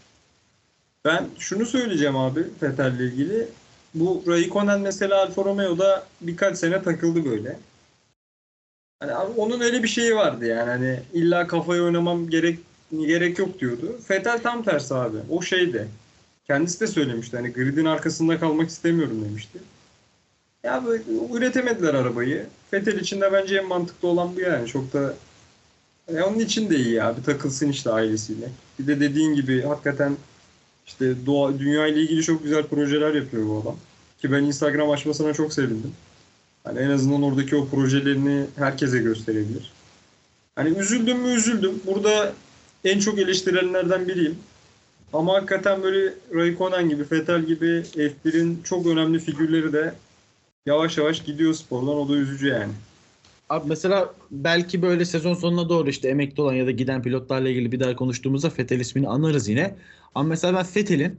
Ben şunu söyleyeceğim abi Vettel'le ilgili. Bu Raikkonen mesela Alfa Romeo'da birkaç sene takıldı böyle. Hani abi onun öyle bir şeyi vardı yani, hani illa kafayı oynamam gerek yok diyordu. Vettel tam tersi abi. O kendisi de söylemişti. Hani gridin arkasında kalmak istemiyorum demişti. Ya böyle üretemediler arabayı. Vettel için de bence en mantıklı olan bu yani. Çok da onun için de iyi ya. Bir takılsın işte ailesiyle. Bir de dediğin gibi hakikaten işte dünya ile ilgili çok güzel projeler yapıyor bu adam. Ki ben Instagram açmasına çok sevindim. Hani en azından oradaki o projelerini herkese gösterebilir. Hani üzüldüm mü üzüldüm. Burada en çok eleştirenlerden biriyim. Ama hakikaten böyle Raikkonen gibi, Vettel gibi F1'in çok önemli figürleri de yavaş yavaş gidiyor spordan. O da üzücü yani. Abi mesela belki böyle sezon sonuna doğru işte emekli olan ya da giden pilotlarla ilgili bir daha konuştuğumuzda Vettel ismini anarız yine. Ama mesela ben Vettel'in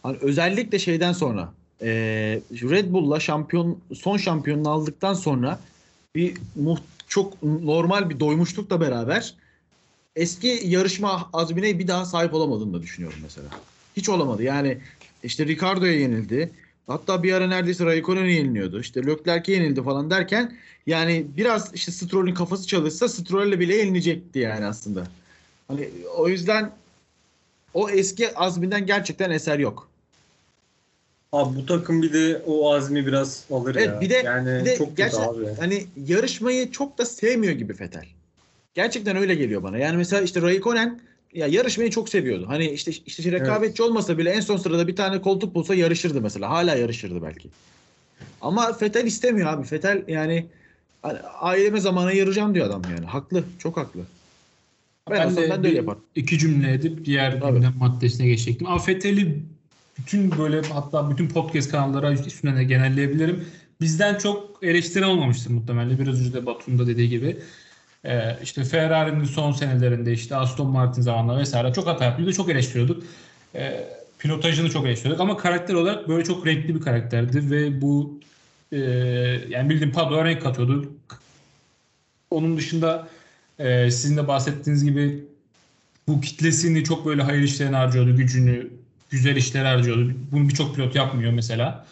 Hani özellikle şeyden sonra Red Bull'la son şampiyonluğu aldıktan sonra bir çok normal bir doymuşlukla beraber eski yarışma azmine bir daha sahip olamadığını da düşünüyorum mesela. Hiç olamadı. Yani işte Ricardo'ya yenildi. Hatta bir ara neredeyse Raikkonen'e yeniliyordu. İşte Leclerc'e yenildi falan derken yani biraz işte Stroll'ün kafası çalışsa Stroll'le bile yenilecekti yani aslında. Hani o yüzden o eski azminden gerçekten eser yok. Abi bu takım bir de o azmi biraz alır Evet, ya. bir de çok kötü abi. hani yarışmayı çok da sevmiyor gibi Vettel. Gerçekten öyle geliyor bana. Yani mesela işte Raikkonen ya yarışmayı çok seviyordu. Hani işte rekabetçi olmasa bile en son sırada bir tane koltuk bulsa yarışırdı mesela. Hala yarışırdı belki. Ama Vettel istemiyor abi. Vettel yani hani aileme zamana ayıracağım diyor adam yani. Haklı. Çok haklı. Ben olsam ben de öyle yaparım. iki cümle edip diğer Tabii. gündem maddesine geçecektim. Ama Vettel'i bütün böyle hatta bütün podcast kanallara üstüne de genelleyebilirim. Bizden çok eleştiri olmamıştır muhtemelen. Biraz önce de Batu'nun da dediği gibi. İşte Ferrari'nin son senelerinde işte Aston Martin zamanında vesaire çok hata yapıyordu. Çok eleştiriyorduk. Pilotajını çok eleştiriyorduk. Ama karakter olarak böyle çok renkli bir karakterdi ve bu yani bildiğim Pablo'ya renk katıyordu. Onun dışında sizin de bahsettiğiniz gibi bu kitlesini çok böyle hayır işlerine harcıyordu. Gücünü güzel işlere harcıyordu. Bunu birçok pilot yapmıyor mesela.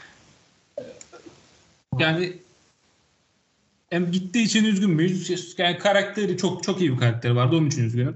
Yani hem gittiği için üzgün müyüz? Yani karakteri çok iyi bir karakteri vardı. Onun için üzgünüm.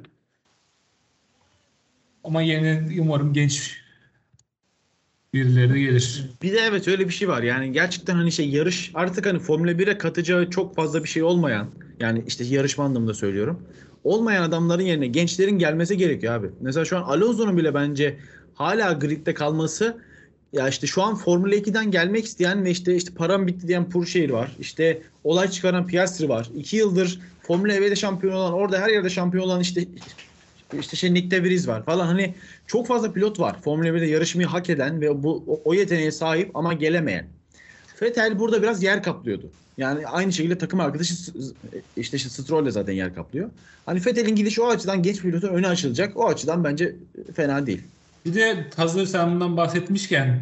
Ama yeni umarım genç birileri gelir. Bir de evet öyle bir şey var. Yani gerçekten hani yarış artık hani Formula 1'e katacağı çok fazla bir şey olmayan yani işte yarışma anlamında söylüyorum. Olmayan adamların yerine gençlerin gelmesi gerekiyor abi. Mesela şu an Alonso'nun bile bence hala gridde kalması ya işte şu an Formula 2'den gelmek isteyen ve işte param bitti diyen Pourchaire var. İşte olay çıkaran Piastri var. 2 yıldır Formula E'de şampiyon olan orada her yerde şampiyon olan işte Nick de Vries var falan. Hani çok fazla pilot var. Formula 1'de yarışmayı hak eden ve o yeteneğe sahip ama gelemeyen. Vettel burada biraz yer kaplıyordu. Yani aynı şekilde takım arkadaşı işte Stroll de zaten yer kaplıyor. Hani Vettel'in gidişi o açıdan genç pilotun önü açılacak. O açıdan bence fena değil. Bir de hazır sen bundan bahsetmişken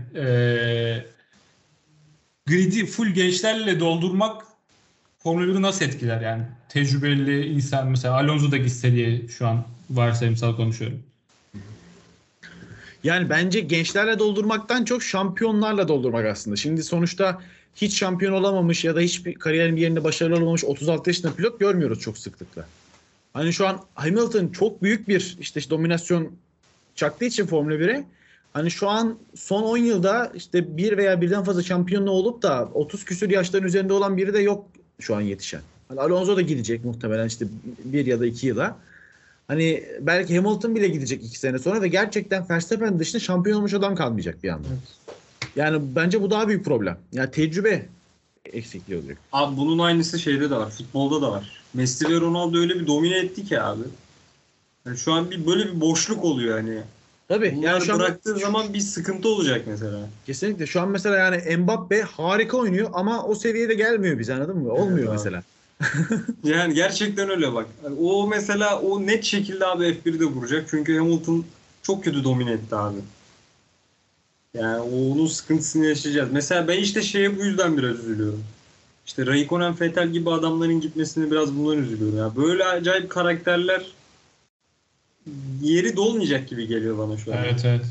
grid'i full gençlerle doldurmak Formula 1'i nasıl etkiler yani? Tecrübeli insan mesela Alonso da gitse diye şu an varsayımsal konuşuyorum. Yani bence gençlerle doldurmaktan çok şampiyonlarla doldurmak aslında. Şimdi sonuçta hiç şampiyon olamamış ya da hiçbir kariyerin bir yerinde başarılı olamamış 36 yaşında pilot görmüyoruz çok sıklıkla. Hani şu an Hamilton çok büyük bir işte dominasyon çaktığı için Formula 1'e hani şu an son 10 yılda işte bir veya birden fazla şampiyonluğu olup da 30 küsür yaşların üzerinde olan biri de yok şu an yetişen. Hani Alonso da gidecek muhtemelen işte 1 ya da 2 yıla. Hani belki Hamilton bile gidecek 2 sene sonra ve gerçekten Verstappen dışında şampiyon olmuş adam kalmayacak bir anda. Evet. Yani bence bu daha büyük problem. Yani tecrübe eksikliği olacak. Abi bunun aynısı şeyde de var. Futbolda da var. Messi ve Ronaldo öyle bir domine etti ki abi. Yani şu an böyle bir boşluk oluyor hani. Tabii. Bunları yani şu an bıraktığı zaman bir sıkıntı olacak mesela. Kesinlikle. Şu an mesela yani Mbappe harika oynuyor ama o seviyede gelmiyor bize anladın mı? Olmuyor Evet, mesela. Yani gerçekten öyle bak. Yani o mesela o net şekilde abi F1'i de vuracak. Çünkü Hamilton çok kötü domine etti abi. Yani onun sıkıntısını yaşayacağız. Mesela ben işte bu yüzden biraz üzülüyorum. İşte Raikkonen, Vettel gibi adamların gitmesine biraz bundan üzülüyorum. Yani böyle acayip karakterler yeri dolmayacak gibi geliyor bana şu an. Evet.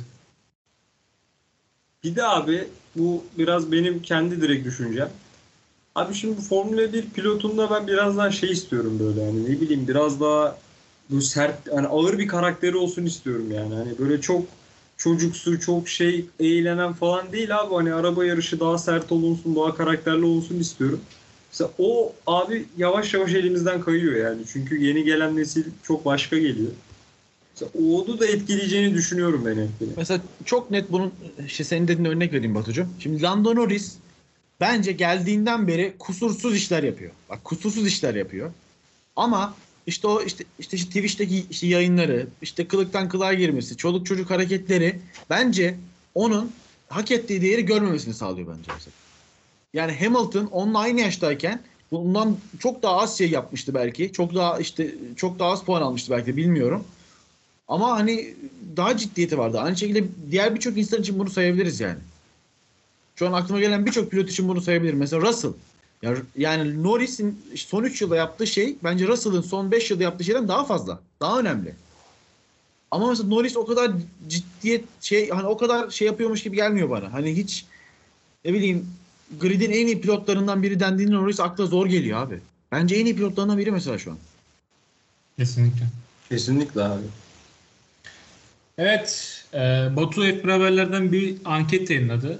Bir de abi bu biraz benim kendi direkt düşüncem. Abi şimdi bu Formula 1 pilotunda ben biraz daha istiyorum böyle yani ne bileyim biraz daha böyle sert yani ağır bir karakteri olsun istiyorum yani. Hani böyle çok çocuksu, çok eğlenen falan değil abi. Hani araba yarışı daha sert olunsun, daha karakterli olsun istiyorum. Mesela o abi yavaş yavaş elimizden kayıyor yani. Çünkü yeni gelen nesil çok başka geliyor. Mesela onu da etkileyeceğini düşünüyorum ben hep. Mesela çok net bunun senin dediğin örnek vereyim Batucuğum. Şimdi Lando Norris bence geldiğinden beri kusursuz işler yapıyor. Bak kusursuz işler yapıyor. Ama işte o Twitch'teki yayınları, işte kılıktan kılığa girmesi, çoluk çocuk hareketleri bence onun hak ettiği değeri görmemesini sağlıyor bence mesela. Yani Hamilton onunla aynı yaştayken bundan çok daha az yapmıştı belki. Çok daha az puan almıştı belki bilmiyorum. Ama hani daha ciddiyeti vardı. Aynı şekilde diğer birçok insan için bunu sayabiliriz yani. Şu an aklıma gelen birçok pilot için bunu sayabilirim. Mesela Russell. Yani Norris'in son 3 yılda yaptığı şey bence Russell'ın son 5 yılda yaptığı şeyden daha fazla. Daha önemli. Ama mesela Norris o kadar ciddiyet hani o kadar şey yapıyormuş gibi gelmiyor bana. Hani hiç ne bileyim grid'in en iyi pilotlarından biri dendiğinde Norris akla zor geliyor abi. Bence en iyi pilotlarından biri mesela şu an. Kesinlikle. Kesinlikle abi. Evet, Batu hep haberlerden bir anket yayınladı.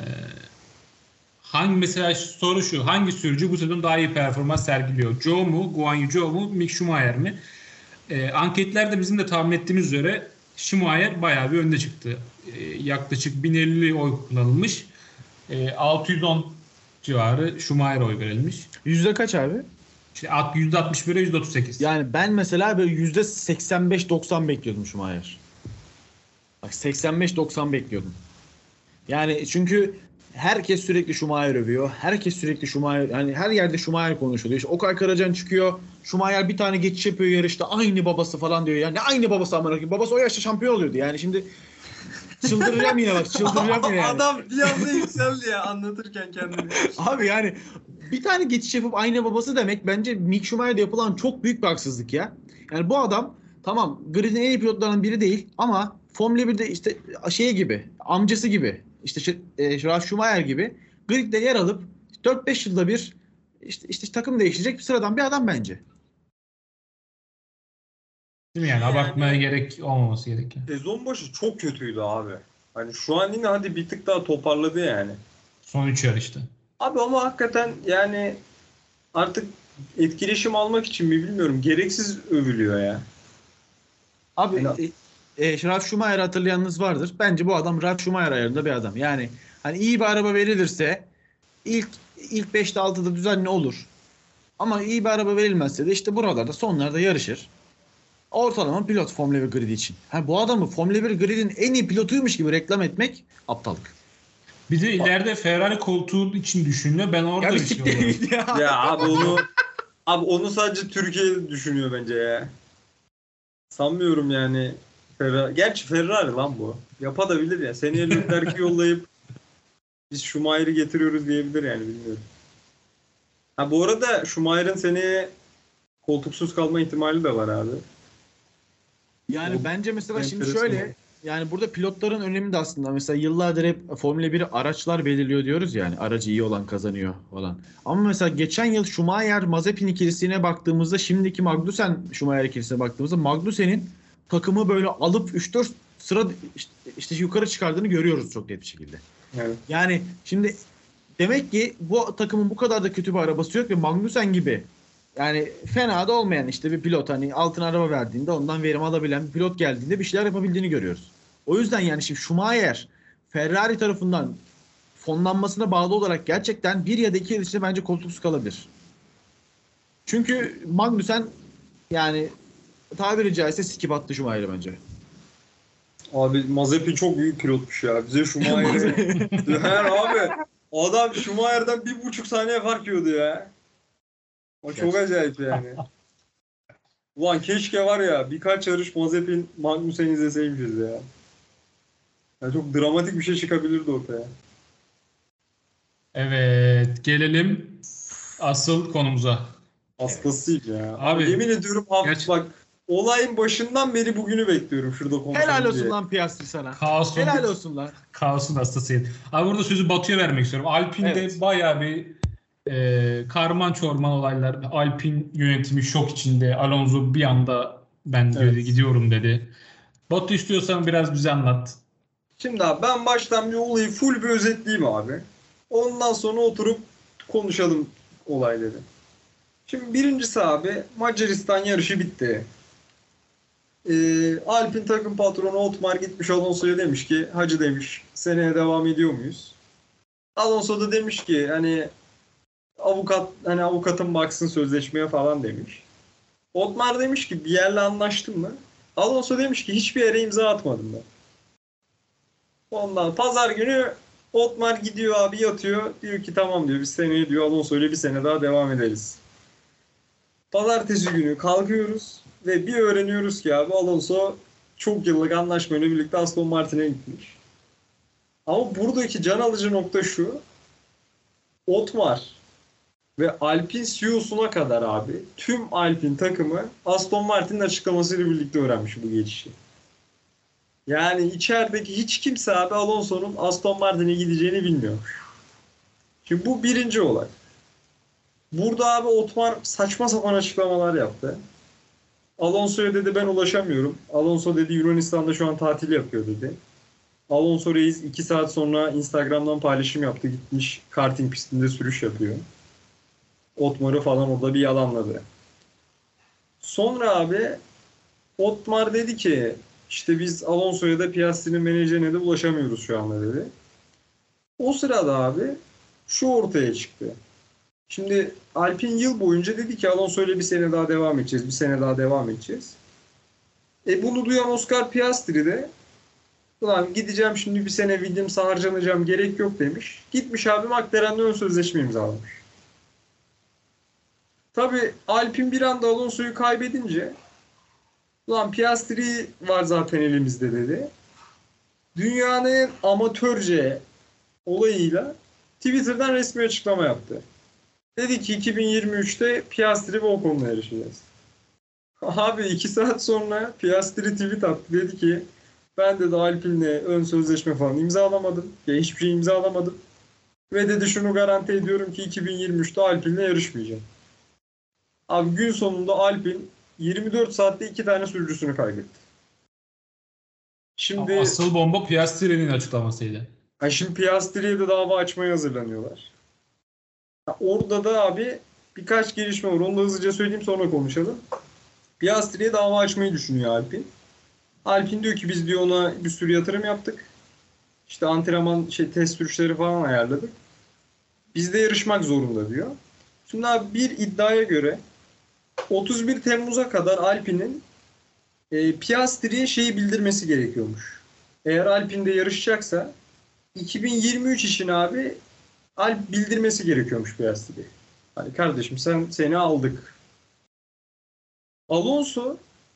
Mesela soru şu, hangi sürücü bu sezon daha iyi performans sergiliyor? Zhou mu, Guan Yu Zhou mu, Mick Schumacher mi? Anketlerde bizim de tahmin ettiğimiz üzere Schumacher bayağı bir önde çıktı. Yaklaşık 1050 oy kullanılmış. 610 civarı Schumacher oy verilmiş. Yüzde kaç abi? İşte %61'e %38. Yani ben mesela böyle %85-90 bekliyordum Schumacher. Bak 85-90 bekliyordum. Yani çünkü herkes sürekli Schumacher övüyor. Herkes sürekli Schumacher, yani her yerde Schumacher konuşuluyor. İşte Okay Karacan çıkıyor. Schumacher bir tane geçiş yapıyor yarışta. Aynı babası falan diyor. Yani aynı babası amına koyayım. Babası o yaşta şampiyon oluyordu. Yani şimdi çıldıracağım yine bak. Çıldıracağım yine yani. Adam bir anda yükseldi ya anlatırken kendini. Abi yani bir tane geçiş yapıp aynı babası demek bence Mick Schumacher'de yapılan çok büyük bir haksızlık ya. Yani bu adam tamam grid'in en iyi pilotlarından biri değil ama Formula 1'de işte şey gibi, amcası gibi, işte Ralf Schumacher gibi grid'de yer alıp 4-5 yılda bir işte takım değiştirecek bir sıradan bir adam bence. Değil mi yani? Abartmaya gerek olmaması gerekiyor. Sezon başı çok kötüydü abi. Hani şu an yine hadi bir tık daha toparladı yani. Son 3 yarışta. Abi ama hakikaten yani artık etkileşim almak için mi bilmiyorum. Gereksiz övülüyor ya. Abi Ralf Schumacher'ı hatırlayanınız vardır. Bence bu adam Ralf Schumacher ayarında bir adam. Yani hani iyi bir araba verilirse ilk 5'te 6'da düzenli olur. Ama iyi bir araba verilmezse de işte buralarda sonlarda yarışır. Ortalama pilot Formula 1 gridi için. Bu adamı Formula 1 gridin en iyi pilotuymuş gibi reklam etmek aptallık. Bir de ileride Ferrari koltuğu için düşünüyor. Ben orada Ya bir şey oluyorum. Ya abi onu sadece Türkiye düşünüyor bence ya. Sanmıyorum yani. Gerçi Ferrari lan bu. Yapabilir ya. Seneye Leclerc'i yollayıp biz Schumacher'i getiriyoruz diyebilir yani bilmiyorum. Bu arada Schumacher'ın seneye koltuksuz kalma ihtimali de var abi. Yani bence mesela şimdi enteresan. şöyle yani burada pilotların önemi de aslında mesela yıllardır hep Formula 1'i araçlar belirliyor diyoruz yani aracı iyi olan kazanıyor falan. Ama mesela geçen yıl Schumacher Mazepin ikilisine baktığımızda şimdiki Magnussen Schumacher ikilisine baktığımızda Magnussen'in takımı böyle alıp 3-4 sıra işte yukarı çıkardığını görüyoruz çok net bir şekilde. Evet. Yani şimdi demek ki bu takımın bu kadar da kötü bir arabası yok ve Magnussen gibi yani fena da olmayan işte bir pilot hani altın araba verdiğinde ondan verim alabilen bir pilot geldiğinde bir şeyler yapabildiğini görüyoruz. O yüzden yani şimdi Schumacher Ferrari tarafından fonlanmasına bağlı olarak gerçekten bir ya da iki yıl içinde bence koltuksuz kalabilir. Çünkü Magnussen yani tabiri caizse sikip attı Schumacher'ı bence. Abi Mazepin çok büyük pilotmuş ya. Bize Schumacher'i... Her abi. Adam Schumacher'dan 1,5 saniye fark yiyordu ya. O çok acayip yani. Ulan keşke var ya birkaç yarış Mazepin Magnussen izleseymişiz ya. Yani çok dramatik bir şey çıkabilirdi ortaya. Evet, gelelim asıl konumuza. Hastasıyım ya. Abi, yemin ediyorum bak olayın başından beri bugünü bekliyorum şurada konuşalım Helal olsun diye. lan Piastri sana. Kaosun, Helal olsun lan. kaosun hastasıyım. Abi burada sözü Batu'ya vermek istiyorum. Alpine'de Evet. bayağı bir karman çorman olaylar. Alpine yönetimi şok içinde. Alonso bir anda ben dedi, gidiyorum dedi. Batu istiyorsan biraz bize anlat. Şimdi abi ben baştan bir olayı full bir özetleyeyim abi. Ondan sonra oturup konuşalım olayları. Şimdi birincisi abi Macaristan yarışı bitti. Alpine takım patronu Otmar gitmiş Alonso'ya demiş ki hacı demiş seneye devam ediyor muyuz? Alonso da demiş ki hani avukatın baksın sözleşmeye falan demiş. Otmar demiş ki bir yerle anlaştın mı? Alonso demiş ki hiçbir yere imza atmadım ben. Ondan pazar günü Otmar gidiyor abi yatıyor. Diyor ki tamam diyor biz seneye diyor Alonso ile bir sene daha devam ederiz. Pazartesi günü kalkıyoruz ve bir öğreniyoruz ki abi Alonso çok yıllık anlaşmayla birlikte Aston Martin'e gitmiş. Ama buradaki can alıcı nokta şu. Otmar ve Alpine CEO'suna kadar abi tüm Alpine takımı Aston Martin'in açıklamasıyla birlikte öğrenmiş bu geçişi. Yani içerideki hiç kimse abi Alonso'nun Aston Martin'e gideceğini bilmiyormuş. Şimdi bu birinci olay. Burada abi Otmar saçma sapan açıklamalar yaptı. Alonso'ya dedi ben ulaşamıyorum. Alonso dedi Yunanistan'da şu an tatil yapıyor dedi. Alonso Reis 2 saat sonra Instagram'dan paylaşım yaptı. Gitmiş karting pistinde sürüş yapıyor. Otmar'ı falan orada bir yalanladı. Sonra abi Otmar dedi ki işte biz Alonso'ya da Piastri'nin menajerine de ulaşamıyoruz şu anda dedi. O sırada abi şu ortaya çıktı. Şimdi Alpine yıl boyunca dedi ki Alonso'yla bir sene daha devam edeceğiz. Bir sene daha devam edeceğiz. Bunu duyan Oscar Piastri de ulan gideceğim şimdi bir sene Williams'a harcanacağım gerek yok demiş. Gitmiş abi McLaren'le ön sözleşme imzalamış. Tabii Alpine bir anda Alonso'yu kaybedince ulan Piastri var zaten elimizde dedi. Dünyanın amatörce olayıyla Twitter'dan resmi açıklama yaptı. Dedi ki 2023'te Piastri ve Ocon'la yarışacağız. Abi 2 saat sonra Piastri tweet attı. Dedi ki ben de Alpine'le ön sözleşme falan imzalamadım. Ya hiçbir şey imzalamadım. Ve dedi şunu garanti ediyorum ki 2023'te Alpine'le yarışmayacağım. Abi gün sonunda Alpine 24 saatte 2 tane sürücüsünü kaybetti. Şimdi asıl bomba Piastri'nin açıklamasıydı. Şimdi Piastri'ye de dava açmaya hazırlanıyorlar. Orada da abi birkaç gelişme var. Onu da hızlıca söyleyeyim sonra konuşalım. Piastri'ye dava açmayı düşünüyor Alpine. Alpine diyor ki biz diyor ona bir sürü yatırım yaptık. İşte antrenman test sürüşleri falan ayarladık. Biz de yarışmak zorunda diyor. Şimdi abi bir iddiaya göre 31 Temmuz'a kadar Alpine'in Piastri'ye şeyi bildirmesi gerekiyormuş. Eğer Alpine'de yarışacaksa 2023 için abi Alp bildirmesi gerekiyormuş Piastri'ye. Hani kardeşim seni aldık. Alonso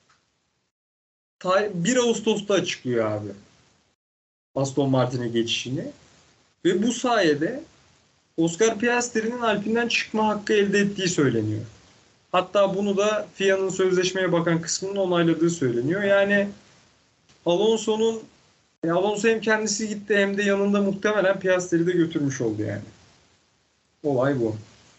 1 Ağustos'ta açıklıyor abi Aston Martin'e geçişini. Ve bu sayede Oscar Piastri'nin Alpine'den çıkma hakkı elde ettiği söyleniyor. Hatta bunu da FIA'nın sözleşmeye bakan kısmının onayladığı söyleniyor. Yani Alonso hem kendisi gitti hem de yanında muhtemelen Piastri'yi de götürmüş oldu yani. Olay bu.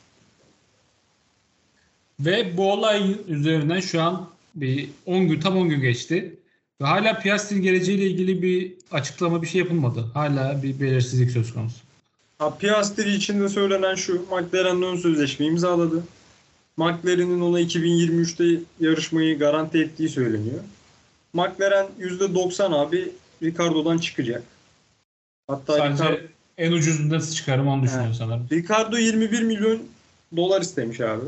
Ve bu olay üzerinden şu an bir 10 gün tam 10 gün geçti. Ve hala Piastri'nin geleceğiyle ilgili bir açıklama bir şey yapılmadı. Hala bir belirsizlik söz konusu. Piastri için de söylenen şu. McLaren'le ön sözleşme imzaladı. McLaren'in ona 2023'te yarışmayı garanti ettiği söyleniyor. McLaren %90 abi Ricardo'dan çıkacak. Hatta sadece en ucuz nasıl çıkarım onu düşünüyor sanırım. Ricardo 21 milyon dolar istemiş abi.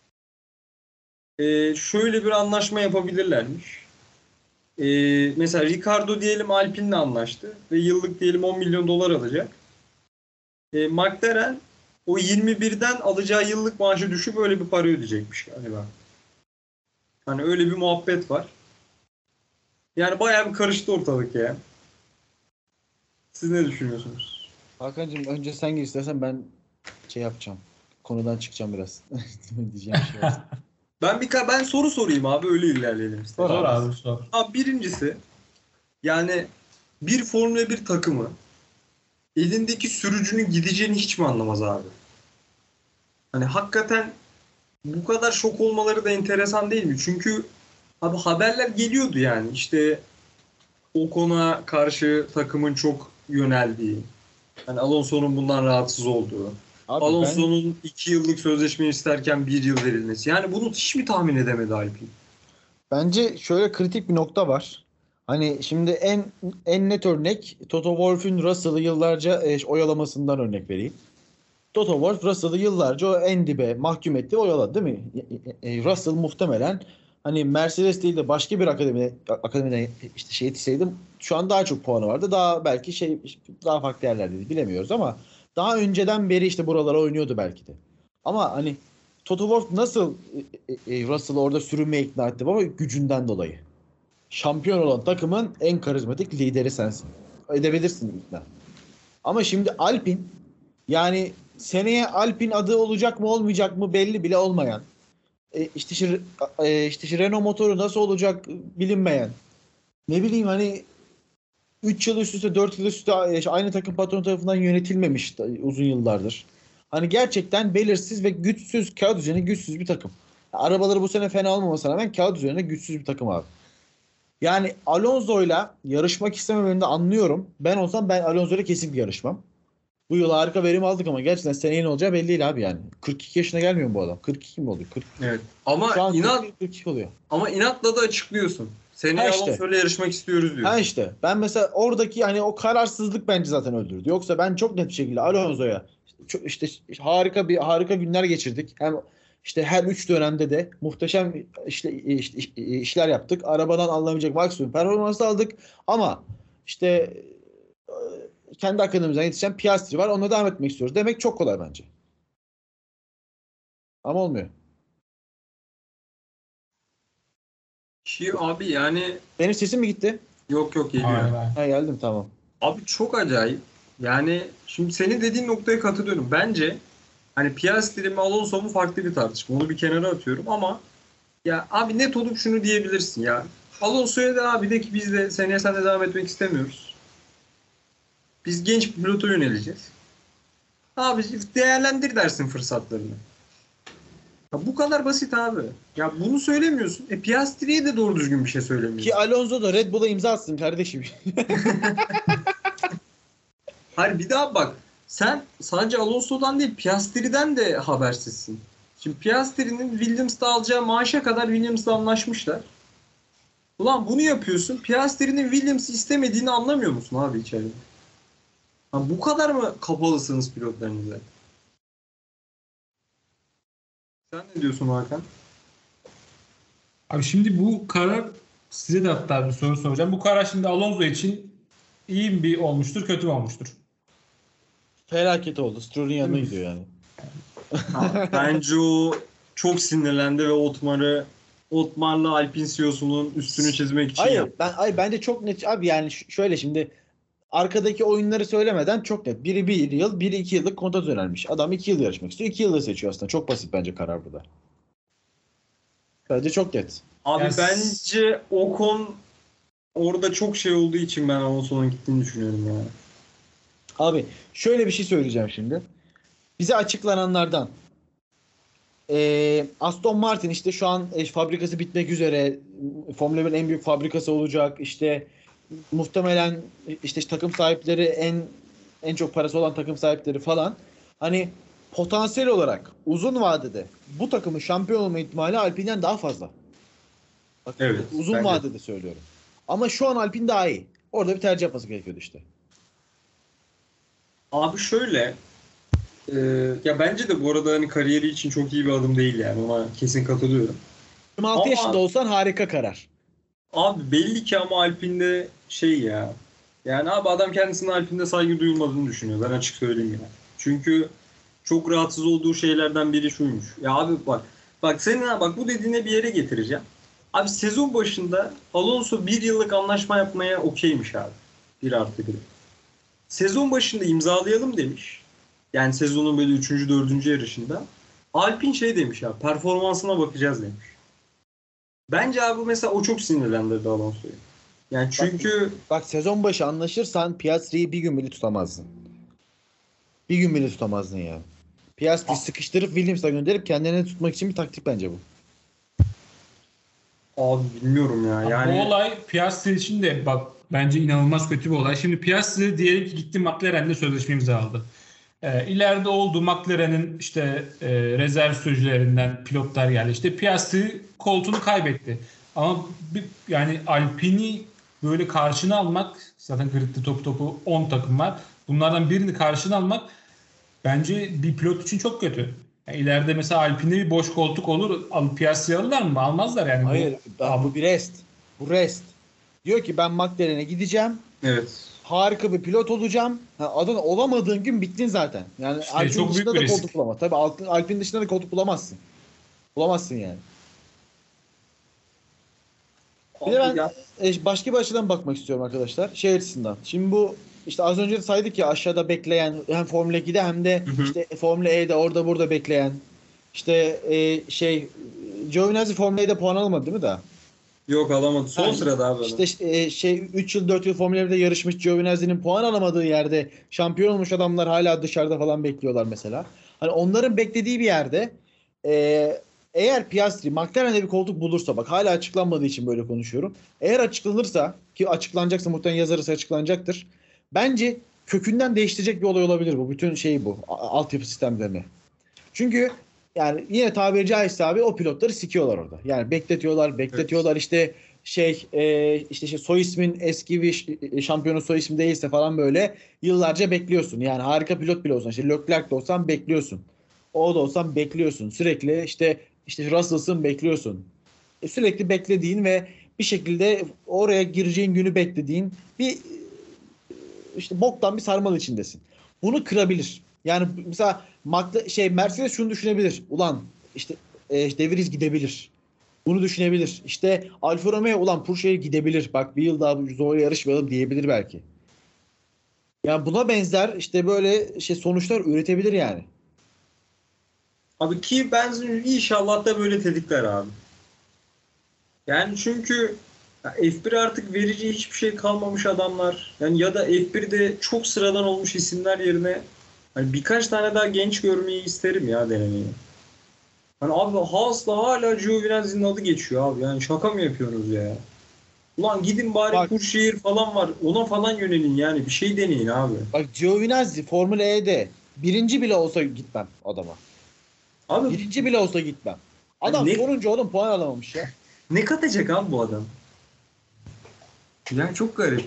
Şöyle bir anlaşma yapabilirlermiş. Mesela Ricardo diyelim Alpine'le anlaştı ve yıllık diyelim 10 milyon dolar alacak. McLaren o 21'den alacağı yıllık maaşı düşüp öyle bir para ödeyecekmiş galiba. Hani öyle bir muhabbet var. Yani bayağı bir karıştı ortalık ya. Siz ne düşünüyorsunuz? Hakan'cığım önce sen gir istersen ben yapacağım. Konudan çıkacağım biraz. Diyeceğim şey var. Ben soru sorayım abi öyle ilerleyelim. Sor abi sor. Abi birincisi yani bir Formula 1 takımı elindeki sürücünün gideceğini hiç mi anlamaz abi? Hani hakikaten bu kadar şok olmaları da enteresan değil mi? Çünkü abi haberler geliyordu yani işte Ocon'a karşı takımın çok yöneldiği. Hani Alonso'nun bundan rahatsız olduğu. Abi Alonso'nun 2 yıllık sözleşme isterken 1 yıl verilmesi. Yani bunu hiç mi tahmin edemedi Alpine? Bence şöyle kritik bir nokta var. Hani şimdi en net örnek Toto Wolff'ün Russell'ı yıllarca oyalamasından örnek vereyim. Toto Wolff Russell'ı yıllarca o en dibe mahkum etti, oyaladı değil mi? Russell muhtemelen hani Mercedes değil de başka bir akademiden işte yetişseydim şu an daha çok puanı vardı. Daha belki daha farklı yerlerdeydi bilemiyoruz ama daha önceden beri işte buralara oynuyordu belki de. Ama hani Toto Wolff nasıl Russell'ı orada sürünmeye ikna etti ama gücünden dolayı. şampiyon olan takımın en karizmatik lideri sensin. Edebilirsin ikna. Ama şimdi Alpine, yani seneye Alpine adı olacak mı olmayacak mı belli bile olmayan. İşte Renault motoru nasıl olacak bilinmeyen. Ne bileyim hani 3 yıl üst üste 4 yıl üst üste aynı takım patronu tarafından yönetilmemiş uzun yıllardır. Hani gerçekten belirsiz ve güçsüz, kağıt üzerine güçsüz bir takım. Arabaları bu sene fena olmamasına rağmen kağıt üzerine güçsüz bir takım abi. Yani Alonso'yla yarışmak istememeni de anlıyorum. Ben olsam ben Alonso'yla kesinlikle yarışmam. Bu yıl harika verim aldık ama gerçekten seneye ne olacağı belli değil abi yani. 42 yaşına gelmiyor mu bu adam? 42 mi oluyor? 40. Evet. Ama Şu an inat 42 oluyor. ama inatla da açıklıyorsun. Seneye Ha işte. Alonso'yla yarışmak istiyoruz diyor. Ha işte ben mesela oradaki hani o kararsızlık bence zaten öldürdü. Yoksa ben çok net bir şekilde Alonso'ya işte harika günler geçirdik. Hem işte her 3 dönemde de muhteşem işler yaptık. Arabadan alınabilecek maksimum performansı aldık. Ama işte kendi akademimizden yetişen Piastri var. Onunla devam etmek istiyoruz. Demek çok kolay bence. Ama olmuyor. Abi yani Benim sesim mi gitti? yok geliyor. Aynen, aynen. Ha geldim tamam. Abi çok acayip. Yani şimdi senin dediğin noktaya katılıyorum. Bence hani Piastri mi Alonso mu farklı bir tartışma. Onu bir kenara atıyorum ama ya abi net olup şunu diyebilirsin ya. Alonso'ya da abi de ki biz de seneye seninle devam etmek istemiyoruz. Biz genç bir pilota yöneleceğiz. Abi değerlendir dersin fırsatlarını. Ya bu kadar basit abi. Ya bunu söylemiyorsun. Piastri'ye de doğru düzgün bir şey söylemiyorsun. Ki Alonso da Red Bull'a imza atsın kardeşim. Hayır bir daha bak. Sen sadece Alonso'dan değil Piastri'den de habersizsin. Şimdi Piastri'nin Williams'ta alacağı maaşa kadar Williams'la anlaşmışlar. Ulan bunu yapıyorsun. Piastri'nin Williams'ı istemediğini anlamıyor musun abi içeride? Ha, bu kadar mı kapalısınız pilotlarınıza? Sen ne diyorsun Hakan? Abi şimdi bu karar, size de hatta bir soru soracağım. Bu karar şimdi Alonso için iyi mi olmuştur, kötü mü olmuştur? Felaket oldu. Stroll'ün yanına gidiyor yani. Bence o çok sinirlendi ve Otmar'la Alpine CEO'sunun üstünü çizmek için yaptı. Bence çok net abi yani şöyle şimdi arkadaki oyunları söylemeden çok net. Biri 1 yıl, biri 2 yıllık kontrat önermiş. Adam 2 yıl yarışmak istiyor. 2 yılda seçiyor aslında. Çok basit bence karar burada. Bence çok net. Abi Yani bence Ocon orada çok şey olduğu için ben Alonso'nun gittiğini düşünüyorum ya. Abi şöyle bir şey söyleyeceğim şimdi. Bize açıklananlardan Aston Martin işte şu an fabrikası bitmek üzere. Formula 1'in en büyük fabrikası olacak. İşte muhtemelen işte takım sahipleri en çok parası olan takım sahipleri falan. Hani potansiyel olarak uzun vadede bu takımın şampiyon olma ihtimali Alpine'den daha fazla. Bak, Evet, uzun bence. vadede söylüyorum. Ama şu an Alpine daha iyi. Orada bir tercih yapması gerekiyordu işte. Abi şöyle ya bence de bu arada hani kariyeri için çok iyi bir adım değil yani ona kesin katılıyorum. 26 Ama- yaşında olsan harika karar. Abi belli ki ama Alpine'de şey ya yani abi adam kendisine Alpine'de saygı duyulmadığını düşünüyor. Ben açık söyleyeyim yani. Çünkü çok rahatsız olduğu şeylerden biri şuymuş. Ya abi bak senin bak bu dediğine bir yere getireceğim. Abi sezon başında Alonso 1 yıllık anlaşma yapmaya okeymiş abi. 1+1. Sezon başında imzalayalım demiş. Yani sezonun böyle 3. 4. yarışında. Alpine şey demiş ya performansına bakacağız demiş. Bence abi mesela o çok sinirlendirdi Alonso'yu. Yani çünkü Bak sezon başı anlaşırsan Piastri'yi bir gün bile tutamazdın. Bir gün bile tutamazdın yani. Piastri sıkıştırıp Williams'a gönderip kendilerini tutmak için bir taktik bence bu. abi bilmiyorum ya Bu yani olay Piastri için de bak bence inanılmaz kötü bir olay. Şimdi Piastri diyelim ki gitti McLaren'le sözleşme imzaladı. İleride oldu McLaren'in işte rezerv sürücülerinden pilotlar geldi. İşte Piastri koltuğunu kaybetti. Ama yani Alpine'i böyle karşına almak, zaten gridde topu 10 takım var. Bunlardan birini karşına almak bence bir pilot için çok kötü. Yani ileride mesela Alpine'de bir boş koltuk olur. Piastri'yi alırlar mı? Almazlar yani. Hayır, bu bir rest. Bu rest. Diyor ki ben McLaren'e gideceğim. evet. Harika bir pilot olacağım. Adana olamadığın gün bittin zaten. Yani İşte Alpine çok büyük dışında bir da risk. koltuk bulamaz. Tabii Alpine dışında da koltuk bulamazsın. Bulamazsın yani. Bir de Abi ben ya, başka bir açıdan bakmak istiyorum arkadaşlar. Şey açısından. Şimdi bu işte az önce de saydık ya aşağıda bekleyen hem Formula 2'de hem de Hı hı. işte Formula E'de orada burada bekleyen işte Giovinazzi Formula E'de puan almadı değil mi daha? yok alamadı. Son Ha, sırada abi. İşte 3 yıl 4 yıl Formula 1'de yarışmış Giovinazzi'nin puan alamadığı yerde şampiyon olmuş adamlar hala dışarıda falan bekliyorlar mesela. Hani onların beklediği bir yerde eğer Piastri McLaren'de bir koltuk bulursa bak hala açıklanmadığı için böyle konuşuyorum. Eğer açıklanırsa ki açıklanacaksa muhtemelen yaz arası açıklanacaktır. Bence kökünden değiştirecek bir olay olabilir bu. Bütün şey bu. Altyapı sistemlerini. Çünkü yani yine tabiri caizse abi o pilotları sikiyorlar orada. Yani bekletiyorlar işte soy ismin eski bir şampiyonun soy ismi değilse falan böyle yıllarca bekliyorsun. Yani harika pilot bile olsan işte Leclerc de olsan bekliyorsun. O da olsan bekliyorsun. Sürekli işte Russell'sın bekliyorsun. Sürekli beklediğin ve bir şekilde oraya gireceğin günü beklediğin bir işte boktan bir sarmal içindesin. Bunu kırabilir. Yani mesela Mercedes şunu düşünebilir. Ulan işte De Vries gidebilir. Bunu düşünebilir. İşte Alfa Romeo ulan Porsche'ye gidebilir. Bak bir yıl daha zorla yarışmayalım diyebilir belki. Yani buna benzer işte böyle sonuçlar üretebilir yani. Abi ki benzin inşallah da böyle tetikler abi. Yani çünkü ya F1 artık verici hiçbir şey kalmamış adamlar. Yani ya da F1'de çok sıradan olmuş isimler yerine hani birkaç tane daha genç görmeyi isterim ya denemeyi. Hani abi Haas'la hala Giovinazzi'nin adı geçiyor abi. Yani şaka mı yapıyorsunuz ya? Ulan gidin bari Bak, Kırşehir falan var. Ona falan yönelin yani. Bir şey deneyin abi. bak Giovinazzi Formula E'de birinci bile olsa gitmem adama. Abi Birinci bile olsa gitmem. Adam Ne- sonuncu oğlum puan alamamış ya. ne katacak abi bu adam? Yani çok garip.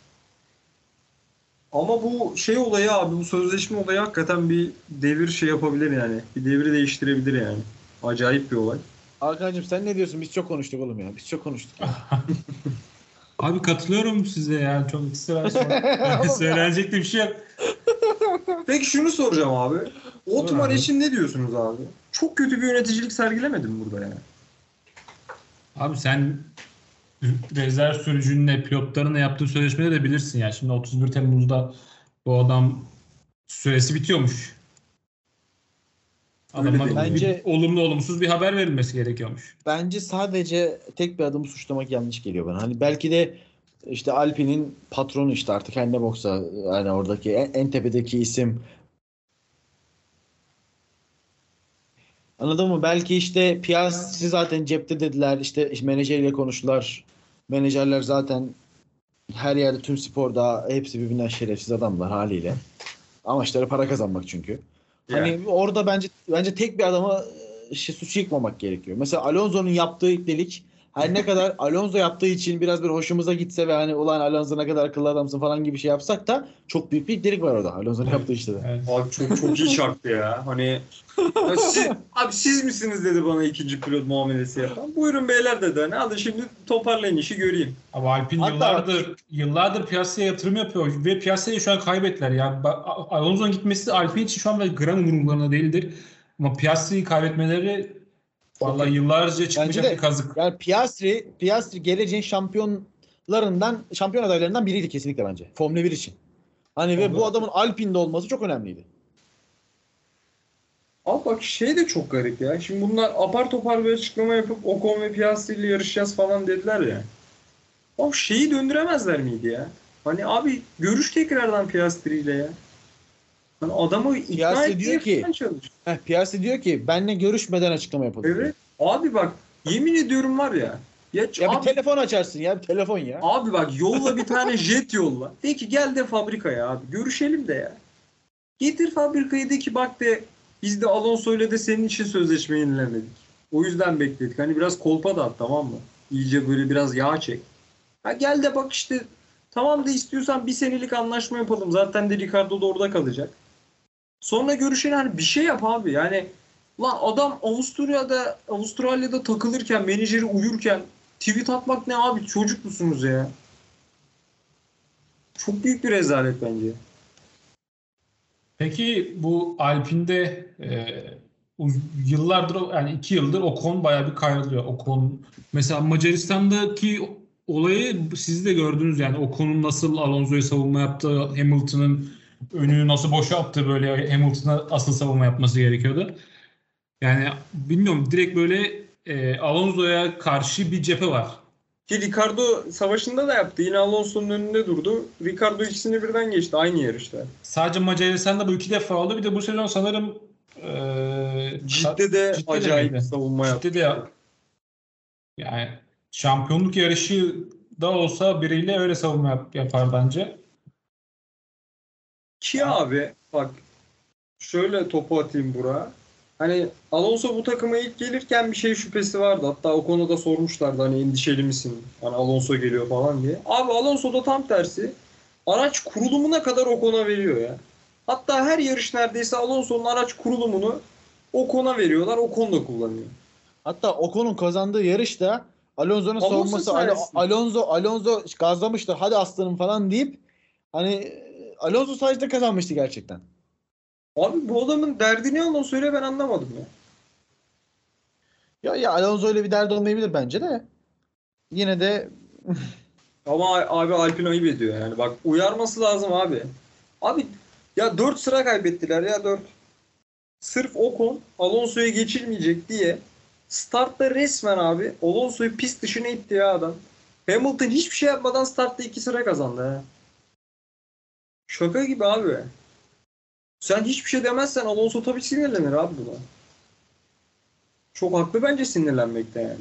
Ama bu şey olayı abi, bu sözleşme olayı hakikaten bir devir şey yapabilir yani. Bir devri değiştirebilir yani. Acayip bir olay. Hakan'cığım sen ne diyorsun? Biz çok konuştuk oğlum ya. Biz çok konuştuk. Abi katılıyorum size yani çok ekstra söylenecek de bir şey yok. Peki şunu soracağım abi. Otmar abi. için ne diyorsunuz abi? Çok kötü bir yöneticilik sergilemedi mi burada yani? Abi sen rezerv sürücünle pilotlarınla yaptığı sözleşmeleri de bilirsin ya. Şimdi 31 Temmuz'da bu adam süresi bitiyormuş. Öyle Adama değil. Bence- olumlu olumsuz bir haber verilmesi gerekiyormuş. Bence sadece tek bir adamı suçlamak yanlış geliyor bana. Hani belki de işte Alpine'in patronu işte artık her ne boksa yani oradaki en tepedeki isim. Anladın mı? Belki işte Piastri zaten cepte dediler. İşte menajeriyle konuştular. Menajerler zaten her yerde tüm sporda hepsi birbirinden şerefsiz adamlar haliyle. Amaçları para kazanmak çünkü. Hani Yani. orada bence tek bir adama suçu yıkmamak gerekiyor. Mesela Alonso'nun yaptığı delik her ne kadar Alonso yaptığı için biraz bir hoşumuza gitse ve hani ulan Alonso ne kadar akıllı adamsın falan gibi şey yapsak da çok büyük bir delik var orada Alonso'nun yaptığı işte de. Evet. Abi çok iyi çaktı ya. Hani ya siz misiniz dedi bana ikinci pilot muamelesi yapan. Buyurun beyler dedi. Hani hadi şimdi toparlayın işi göreyim. Ama Alpine Hatta yıllardır piyasaya yatırım yapıyor ve piyasayı şu an kaybettiler. Ya Alonso'nun gitmesi Alpine için şu an böyle gram umurlarında değildir. Ama piyasayı kaybetmeleri vallahi yıllarca çıkmayacak de bir kazık. yani Piastri geleceğin şampiyon adaylarından biriydi kesinlikle bence. Formula 1 için. Hani ve bu adamın Alpine'de olması çok önemliydi. Abi bak şey de çok garip ya. Şimdi bunlar apar topar bir açıklama yapıp Ocon ve Piastri ile yarışacağız falan dediler ya. Abi şeyi döndüremezler miydi ya? Hani abi görüş tekrardan Piastri ile ya. Hani adamı ikna Piastri etmeye diyor ki- falan çalış. Piastri diyor ki benle görüşmeden açıklama yapalım. Evet. Abi bak yemin ediyorum var ya. Ya abi, bir telefon açarsın ya bir telefon ya. abi bak yolla bir tane jet yolla. De ki gel de fabrikaya abi. Görüşelim de ya. Getir fabrikayı de ki bak de biz de Alonso ile de senin için sözleşme yenilemedik. O yüzden bekledik. Hani biraz kolpa da at tamam mı? İyice böyle biraz yağ çek. Ha gel de bak işte tamam da istiyorsan bir senelik anlaşma yapalım. Zaten de Ricardo da orada kalacak. Sonra görüşelim hani bir şey yap abi. Yani lan adam Avustralya'da takılırken menajeri uyurken tweet atmak ne abi? Çocuk musunuz ya? Çok büyük bir rezalet bence. Peki bu Alpine'de yıllardır yani 2 yıldır Ocon bayağı bir kayrılıyor. Ocon mesela Macaristan'daki olayı siz de gördünüz yani Ocon'un nasıl Alonso'ya savunma yaptığı, Hamilton'ın önünü nasıl boşalttı, böyle Hamilton'a asıl savunma yapması gerekiyordu. Yani bilmiyorum, direkt böyle Alonso'ya karşı bir cephe var. Ki Ricardo savaşında da yaptı. Yine Alonso'nun önünde durdu. Ricardo ikisini birden geçti aynı yarışta. Sadece Macaristan'da bu 2 defa oldu. Bir de bu sezon sanırım Ciddi acayip miydi? savunma yaptı. Ciddi de yani şampiyonluk yarışı da olsa biriyle öyle savunma yapar bence. Ki abi bak şöyle topu atayım Burak'a. Hani Alonso bu takıma ilk gelirken bir şey şüphesi vardı. Hatta o konuda sormuşlardı hani endişeli misin? Hani Alonso geliyor falan diye. Abi Alonso da tam tersi. Araç kurulumuna kadar Ocon'a veriyor ya. Hatta her yarış neredeyse Alonso'nun araç kurulumunu Ocon'a veriyorlar. Ocon da kullanıyor. Hatta Ocon'un kazandığı yarışta Alonso'nun Alonso savunması sayesinde. Alonso gazlamıştı, hadi aslanım falan deyip hani Alonso sayesinde kazanmıştı gerçekten. Abi bu adamın derdi ne Alonso'yla ben anlamadım ya. Ya Alonso öyle bir derdi olmayabilir bence de. Yine de Ama abi Alpine ayıp ediyor yani. Bak uyarması lazım abi. Abi ya 4 sıra kaybettiler ya 4. Sırf Ocon Alonso'ya geçilmeyecek diye startta resmen abi Alonso'yu pist dışına itti ya adam. Hamilton hiçbir şey yapmadan startta 2 sıra kazandı ha. Şaka gibi abi. Sen hiçbir şey demezsen Alonso tabii sinirlenir abi buna. Çok haklı bence sinirlenmekte yani.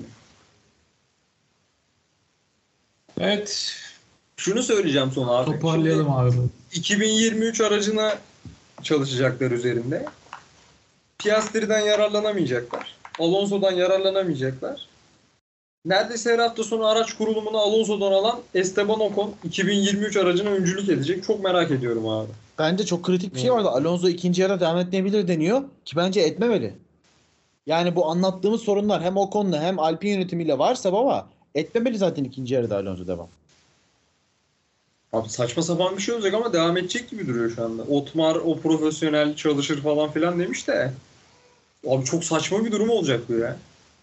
Evet. Şunu söyleyeceğim sonra abi. Toparlayalım abi. 2023 aracına çalışacaklar üzerinde. Piastri'den yararlanamayacaklar. Alonso'dan yararlanamayacaklar. Neredeyse her hafta sonu araç kurulumunu Alonso'dan alan Esteban Ocon 2023 aracına öncülük edecek. Çok merak ediyorum abi. bence çok kritik bir şey vardı. Alonso ikinci yarıda devam etmeyebilir deniyor ki bence etmemeli. Yani bu anlattığımız sorunlar hem Ocon'la hem Alpine yönetimiyle varsa baba etmemeli zaten ikinci yarıda Alonso devam. Abi saçma sapan bir şey olacak ama devam edecek gibi duruyor şu anda. Otmar o profesyonel çalışır falan filan demiş de. Abi çok saçma bir durum olacak bu ya.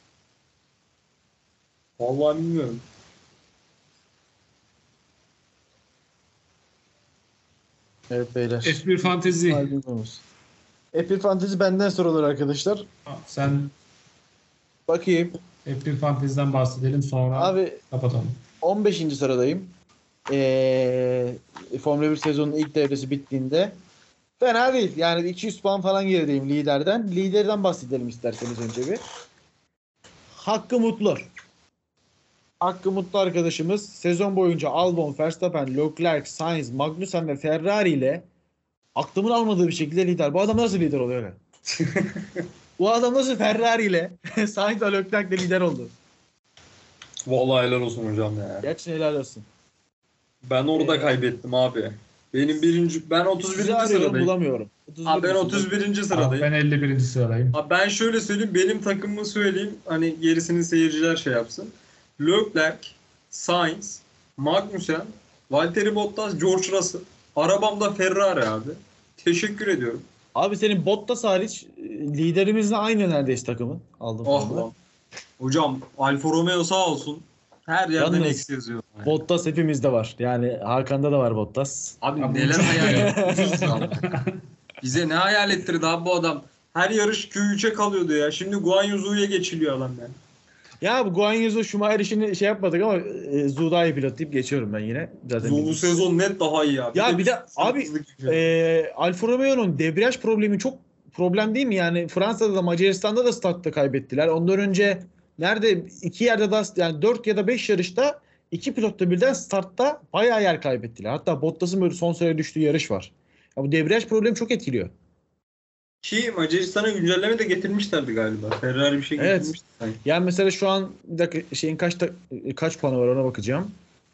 Vallahi bilmiyorum. Evet beyler. F1 Fantezi. Albümümüz. F1 Fantezi benden sorulur arkadaşlar. Sen Bakayım. F1 Fantezi'den bahsedelim, sonra Abi kapatalım. 15. sıradayım. Formula 1 sezonunun ilk devresi bittiğinde fena değil. Yani 200 puan falan gerideyim liderden. Liderden bahsedelim isterseniz önce bir. Hakkı Mutlu. Hakkı Mutlu arkadaşımız sezon boyunca Albon, Verstappen, Leclerc, Sainz, Magnussen ve Ferrari ile aklımın almadığı bir şekilde lider. Bu adam nasıl lider oluyor öyle? Bu adam nasıl Ferrari ile Sainz ve Leclerc de lider oldu? Vallahi helal olsun hocam ya. Gerçekten helal olsun. Ben orada kaybettim abi. Ben 31. Sizi arıyorum, sıradayım. bulamıyorum. Abi ben 31. Abi sıradayım. ben 51. sıradayım. Abi ben şöyle söyleyeyim, benim takımımı söyleyeyim. Hani gerisini seyirciler şey yapsın. Leclerc, Sainz, Magnussen, Valtteri Bottas, George Russell. Arabamda Ferrari abi. Teşekkür ediyorum. Abi senin Bottas hariç liderimizle aynı neredeyse takımın. Aldım Ah puanları. lan. Hocam Alfa Romeo sağ olsun. Her yerden Yalnız eksi yazıyor. Yani. Bottas hepimizde var. Yani Hakan'da da var Bottas. Abi Abi neler uçak hayal ya. ettirdi abi. Bize ne hayal ettirdi abi bu adam. Her yarış Q3'e kalıyordu ya. Şimdi Guan Yuzu'ya geçiliyor adam yani. Ya bu Guan Yu Schumacher işini şey yapmadık ama Zhu daha iyi pilot deyip geçiyorum ben yine. Zaten Bu bildiğiniz. sezon net daha iyi abi. Ya bir de abi hızlı gidiyor. Alfa Romeo'nun debriyaj problemi çok problem değil mi? Yani Fransa'da da Macaristan'da da startta kaybettiler. Ondan önce nerede iki yerde daha yani 4 ya da 5 yarışta iki pilot da birden startta bayağı yer kaybettiler. Hatta Bottas'ın böyle son sıraya düştüğü yarış var. Ya bu debriyaj problemi çok etkiliyor. Ki Macaristan'a güncelleme de getirmişlerdi galiba. Ferrari bir şey Evet. getirmişti sanki. Yani mesela şu an bir dakika şeyin kaç puanı var ona bakacağım.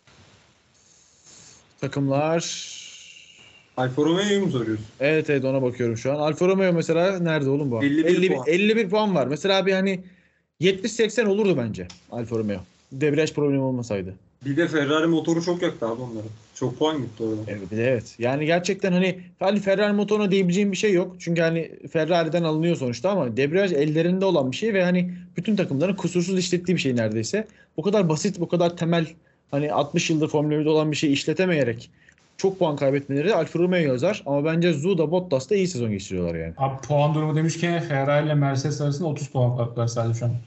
Takımlar Alfa Romeo'yu mu soruyorsun? evet ona bakıyorum şu an. Alfa Romeo mesela nerede oğlum bu? 51 puan. 51 puan var. Mesela bir hani 70-80 olurdu bence Alfa Romeo. Debriyaj problemi olmasaydı. Bir de Ferrari motoru çok yaktı abi onları. Çok puan gitti orada. Evet, bir de evet. Yani gerçekten hani Ferrari motoruna diyebileceğim bir şey yok. Çünkü hani Ferrari'den alınıyor sonuçta ama debriyaj ellerinde olan bir şey ve hani bütün takımların kusursuz işlettiği bir şey neredeyse. Bu kadar basit, bu kadar temel hani 60 yıldır Formula 1'de olan bir şeyi işletemeyerek çok puan kaybetmeleri Alfa Romeo'ya yazar. Ama bence Zhu da Bottas da iyi sezon geçiriyorlar yani. Abi puan durumu demişken Ferrari ile Mercedes arasında 30 puan fark var sadece şu an.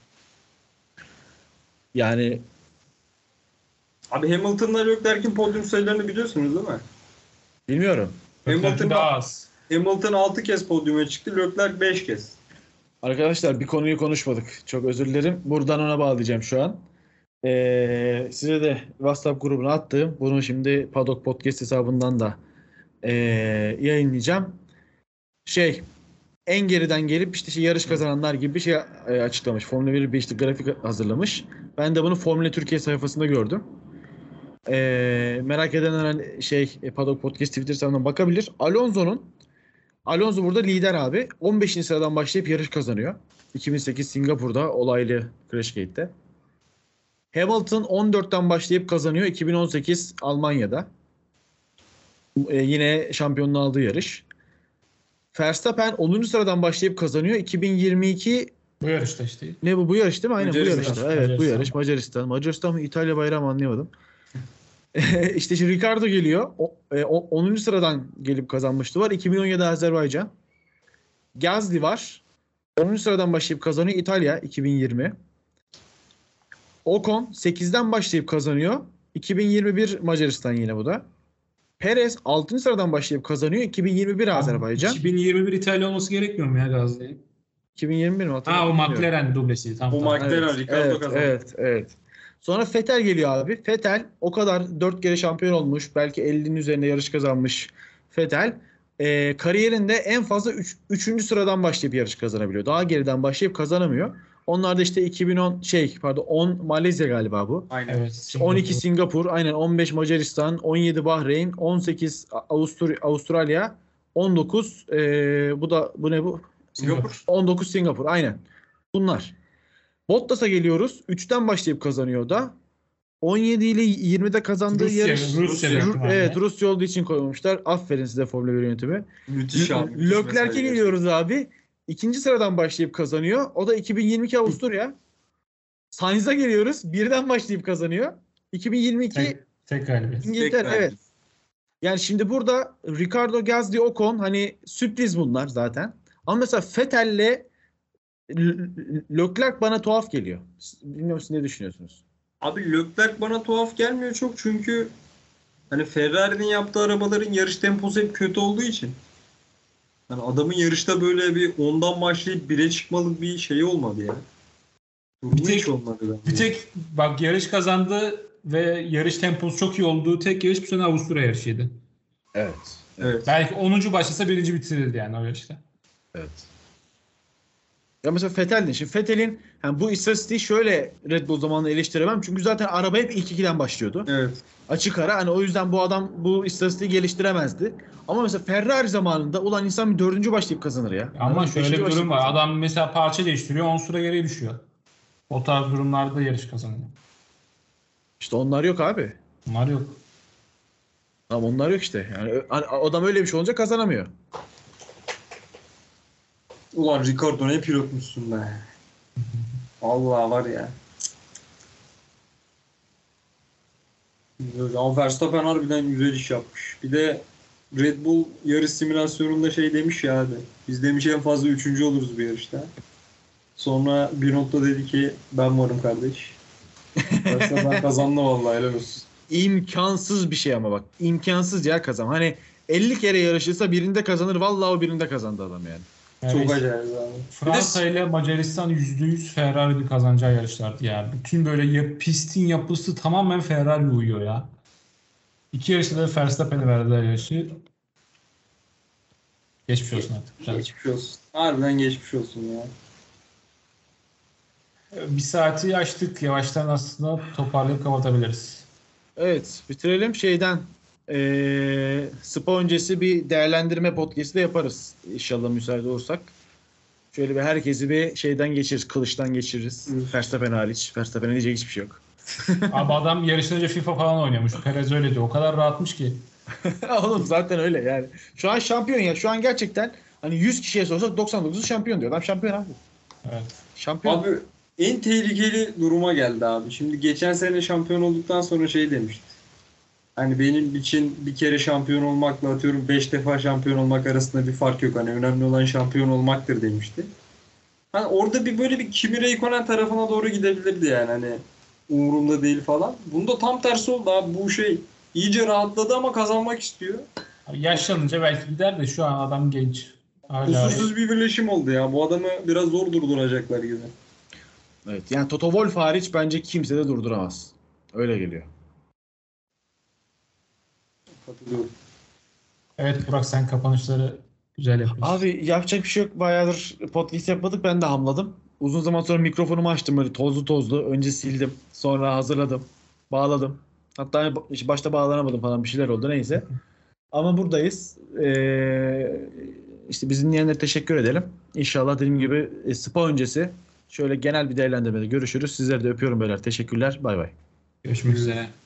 Yani Abi Hamilton'la Leclerc'in podyum sayılarını biliyorsunuz değil mi? bilmiyorum. Hamilton Daha az. Hamilton 6 kez podyuma çıktı. Leclerc 5 kez. Arkadaşlar bir konuyu konuşmadık. Çok özür dilerim. Buradan ona bağlayacağım şu an. Size de WhatsApp grubuna attım. Bunu şimdi Paddock Podcast hesabından da yayınlayacağım. En geriden gelip işte yarış kazananlar gibi bir şey açıklamış. Formula 1 bir işte grafik hazırlamış. Ben de bunu Formula Türkiye sayfasında gördüm. Merak edenler Paddock Podcast Twitter hesabından bakabilir. Alonso burada lider abi. 15. sıradan başlayıp yarış kazanıyor. 2008 Singapur'da olaylı Crashgate'de. Hamilton 14'ten başlayıp kazanıyor. 2018 Almanya'da. Yine şampiyonluğu aldığı yarış. Verstappen 10. sıradan başlayıp kazanıyor. 2022 Bu yarışta işte. ne bu yarış değil mi? Aynen bu Macaristan. yarışta. Evet bu yarış Macaristan. Macaristan mı İtalya bayrağı mı anlayamadım. İşte Ricardo geliyor. 10. sıradan gelip kazanmıştı var. 2017 Azerbaycan. Gasly var. 10. sıradan başlayıp kazanıyor. İtalya 2020. Ocon 8'den başlayıp kazanıyor. 2021 Macaristan yine bu da. Perez 6. sıradan başlayıp kazanıyor. 2021 Azerbaycan. 2021 İtalya olması gerekmiyor mu ya Gazze'nin? 2021 mi? O Hatırlamıyorum. McLaren dublesi. Tamam, Bu tamam. McLaren Ricardo kazandı. Evet. Sonra Vettel geliyor abi. Vettel o kadar 4 kere şampiyon olmuş. Belki 50'nin üzerinde yarış kazanmış Vettel. Kariyerinde en fazla 3. sıradan başlayıp yarış kazanabiliyor. Daha geriden başlayıp kazanamıyor. Onlar da işte 10 Malezya galiba bu. Aynen. Evet. 12 Singapur, aynen 15 Macaristan, 17 Bahreyn, 18 Avustralya, 19 bu ne bu? Singapur. 19 Singapur aynen. Bunlar. Bottas'a geliyoruz. 3'ten başlayıp kazanıyor da. 17 ile 20'de kazandığı Rusya, yarış. Rusya Evet, Rusya olduğu için koymuşlar. Aferin size Formula 1 yönetimi. Müthiş abi. müthiş Leclerc'e mesele. geliyoruz abi. 2. sıradan başlayıp kazanıyor. O da 2022 Avusturya. Sainz'a geliyoruz. Birden başlayıp kazanıyor. 2022 Tek galibiyet. İngiltere, Tek evet. Yani şimdi burada Ricardo, Gasly, Ocon hani sürpriz bunlar zaten. Ama mesela Vettel'le Leclerc bana tuhaf geliyor. Bilmiyorum siz ne düşünüyorsunuz? Abi Leclerc bana tuhaf gelmiyor çok çünkü hani Ferrari'nin yaptığı arabaların yarış temposu hep kötü olduğu için. Yani adamın yarışta böyle bir 10'dan başlayıp 1'e çıkmalık bir şey olmadı ya. Bir tek- hiç olmadı bence. Bir tek bak yarış kazandı ve yarış temposu çok iyi olduğu tek yarış bu sene Avusturya yarışıydı. Evet. Evet. Belki 10. başlasa 1. bitirirdi yani o yarışta. Evet. Ya mesela Vettel'in. Şimdi Vettel'in yani bu istatistiği şöyle Red Bull zamanında eleştiremem. Çünkü zaten araba hep ilk 2'den başlıyordu. Evet. Açık ara. Hani o yüzden bu adam bu istatistiği geliştiremezdi. Ama mesela Ferrari zamanında ulan insan bir 4. başlayıp kazanır ya. Ama Yani şöyle beşinci bir durum başlayıp var. kazanır. Adam mesela parça değiştiriyor 10 sıra geriye düşüyor. O tarz durumlarda yarış kazanıyor. İşte onlar yok abi. Bunlar yok. Tamam onlar yok işte. Yani adam öyle bir şey olunca kazanamıyor. Ulan Ricardo ne pilotmuşsun be. Allah var ya. Ya Verstappen harbiden güzel iş yapmış. Bir de Red Bull yarış simülasyonunda şey demiş ya abi. Biz demiş en fazla 3. oluruz bu yarışta. Sonra bir nokta dedi ki ben varım kardeş. Verstappen kazandı vallahi helal olsun. İmkansız bir şey ama bak. İmkansız ya kazan. Hani 50 kere yarışırsa birinde kazanır. Vallahi o birinde kazandı adam yani. Yani Çok acayip abi. Fransa ile Macaristan %100 Ferrari'nin kazanacağı yarışlardı ya. Bütün böyle pistin yapısı tamamen Ferrari uyuyor ya. 2 yarışta da Verstappen'e verdiler yarışı. Geçmiş olsun artık. Geçmiş olsun. Harbiden geçmiş olsun ya. Bir saati açtık. Yavaştan aslında toparlayıp kapatabiliriz. Evet bitirelim şeyden. Spa öncesi bir değerlendirme podcast'i de yaparız. İnşallah müsait olursak. Şöyle bir herkesi bir şeyden geçiririz. Kılıçtan geçiririz. Verstappen hariç. Verstappen'e diyecek hiçbir şey yok. Abi adam yarıştan önce FIFA falan oynuyormuş. Perez öyle diyor. O kadar rahatmış ki. Oğlum zaten öyle yani. Şu an şampiyon ya. Şu an gerçekten hani 100 kişiye sorsak 99'u şampiyon diyor. Adam şampiyon abi. Evet. Şampiyon. Abi en tehlikeli duruma geldi abi. Şimdi geçen sene şampiyon olduktan sonra şey demişti. Hani benim için bir kere şampiyon olmakla atıyorum 5 defa şampiyon olmak arasında bir fark yok. Hani önemli olan şampiyon olmaktır demişti. Hani orada bir böyle bir Kimi Räikkönen tarafına doğru gidebilirdi yani hani umurumda değil falan. Bunda tam tersi oldu abi. Bu şey iyice rahatladı ama kazanmak istiyor. Yaşlanınca belki gider de şu an adam genç. Hala Kusursuz bir birleşim oldu ya. Bu adamı biraz zor durduracaklar gibi. Evet. Yani Toto Wolff hariç bence kimse de durduramaz. Öyle geliyor. Katılıyorum. Evet Burak, sen kapanışları güzel yapıyorsun. Abi yapacak bir şey yok. Bayağıdır podcast yapmadık. Ben de hamladım. Uzun zaman sonra mikrofonumu açtım böyle tozlu tozlu. Önce sildim. Sonra hazırladım. Bağladım. Hatta başta bağlanamadım falan, bir şeyler oldu. Neyse. Ama buradayız. İşte bizi dinleyenlere teşekkür edelim. İnşallah dediğim gibi spa öncesi şöyle genel bir değerlendirmede görüşürüz. Sizleri de öpüyorum beyler. Teşekkürler. Bay bay. Görüşmek üzere.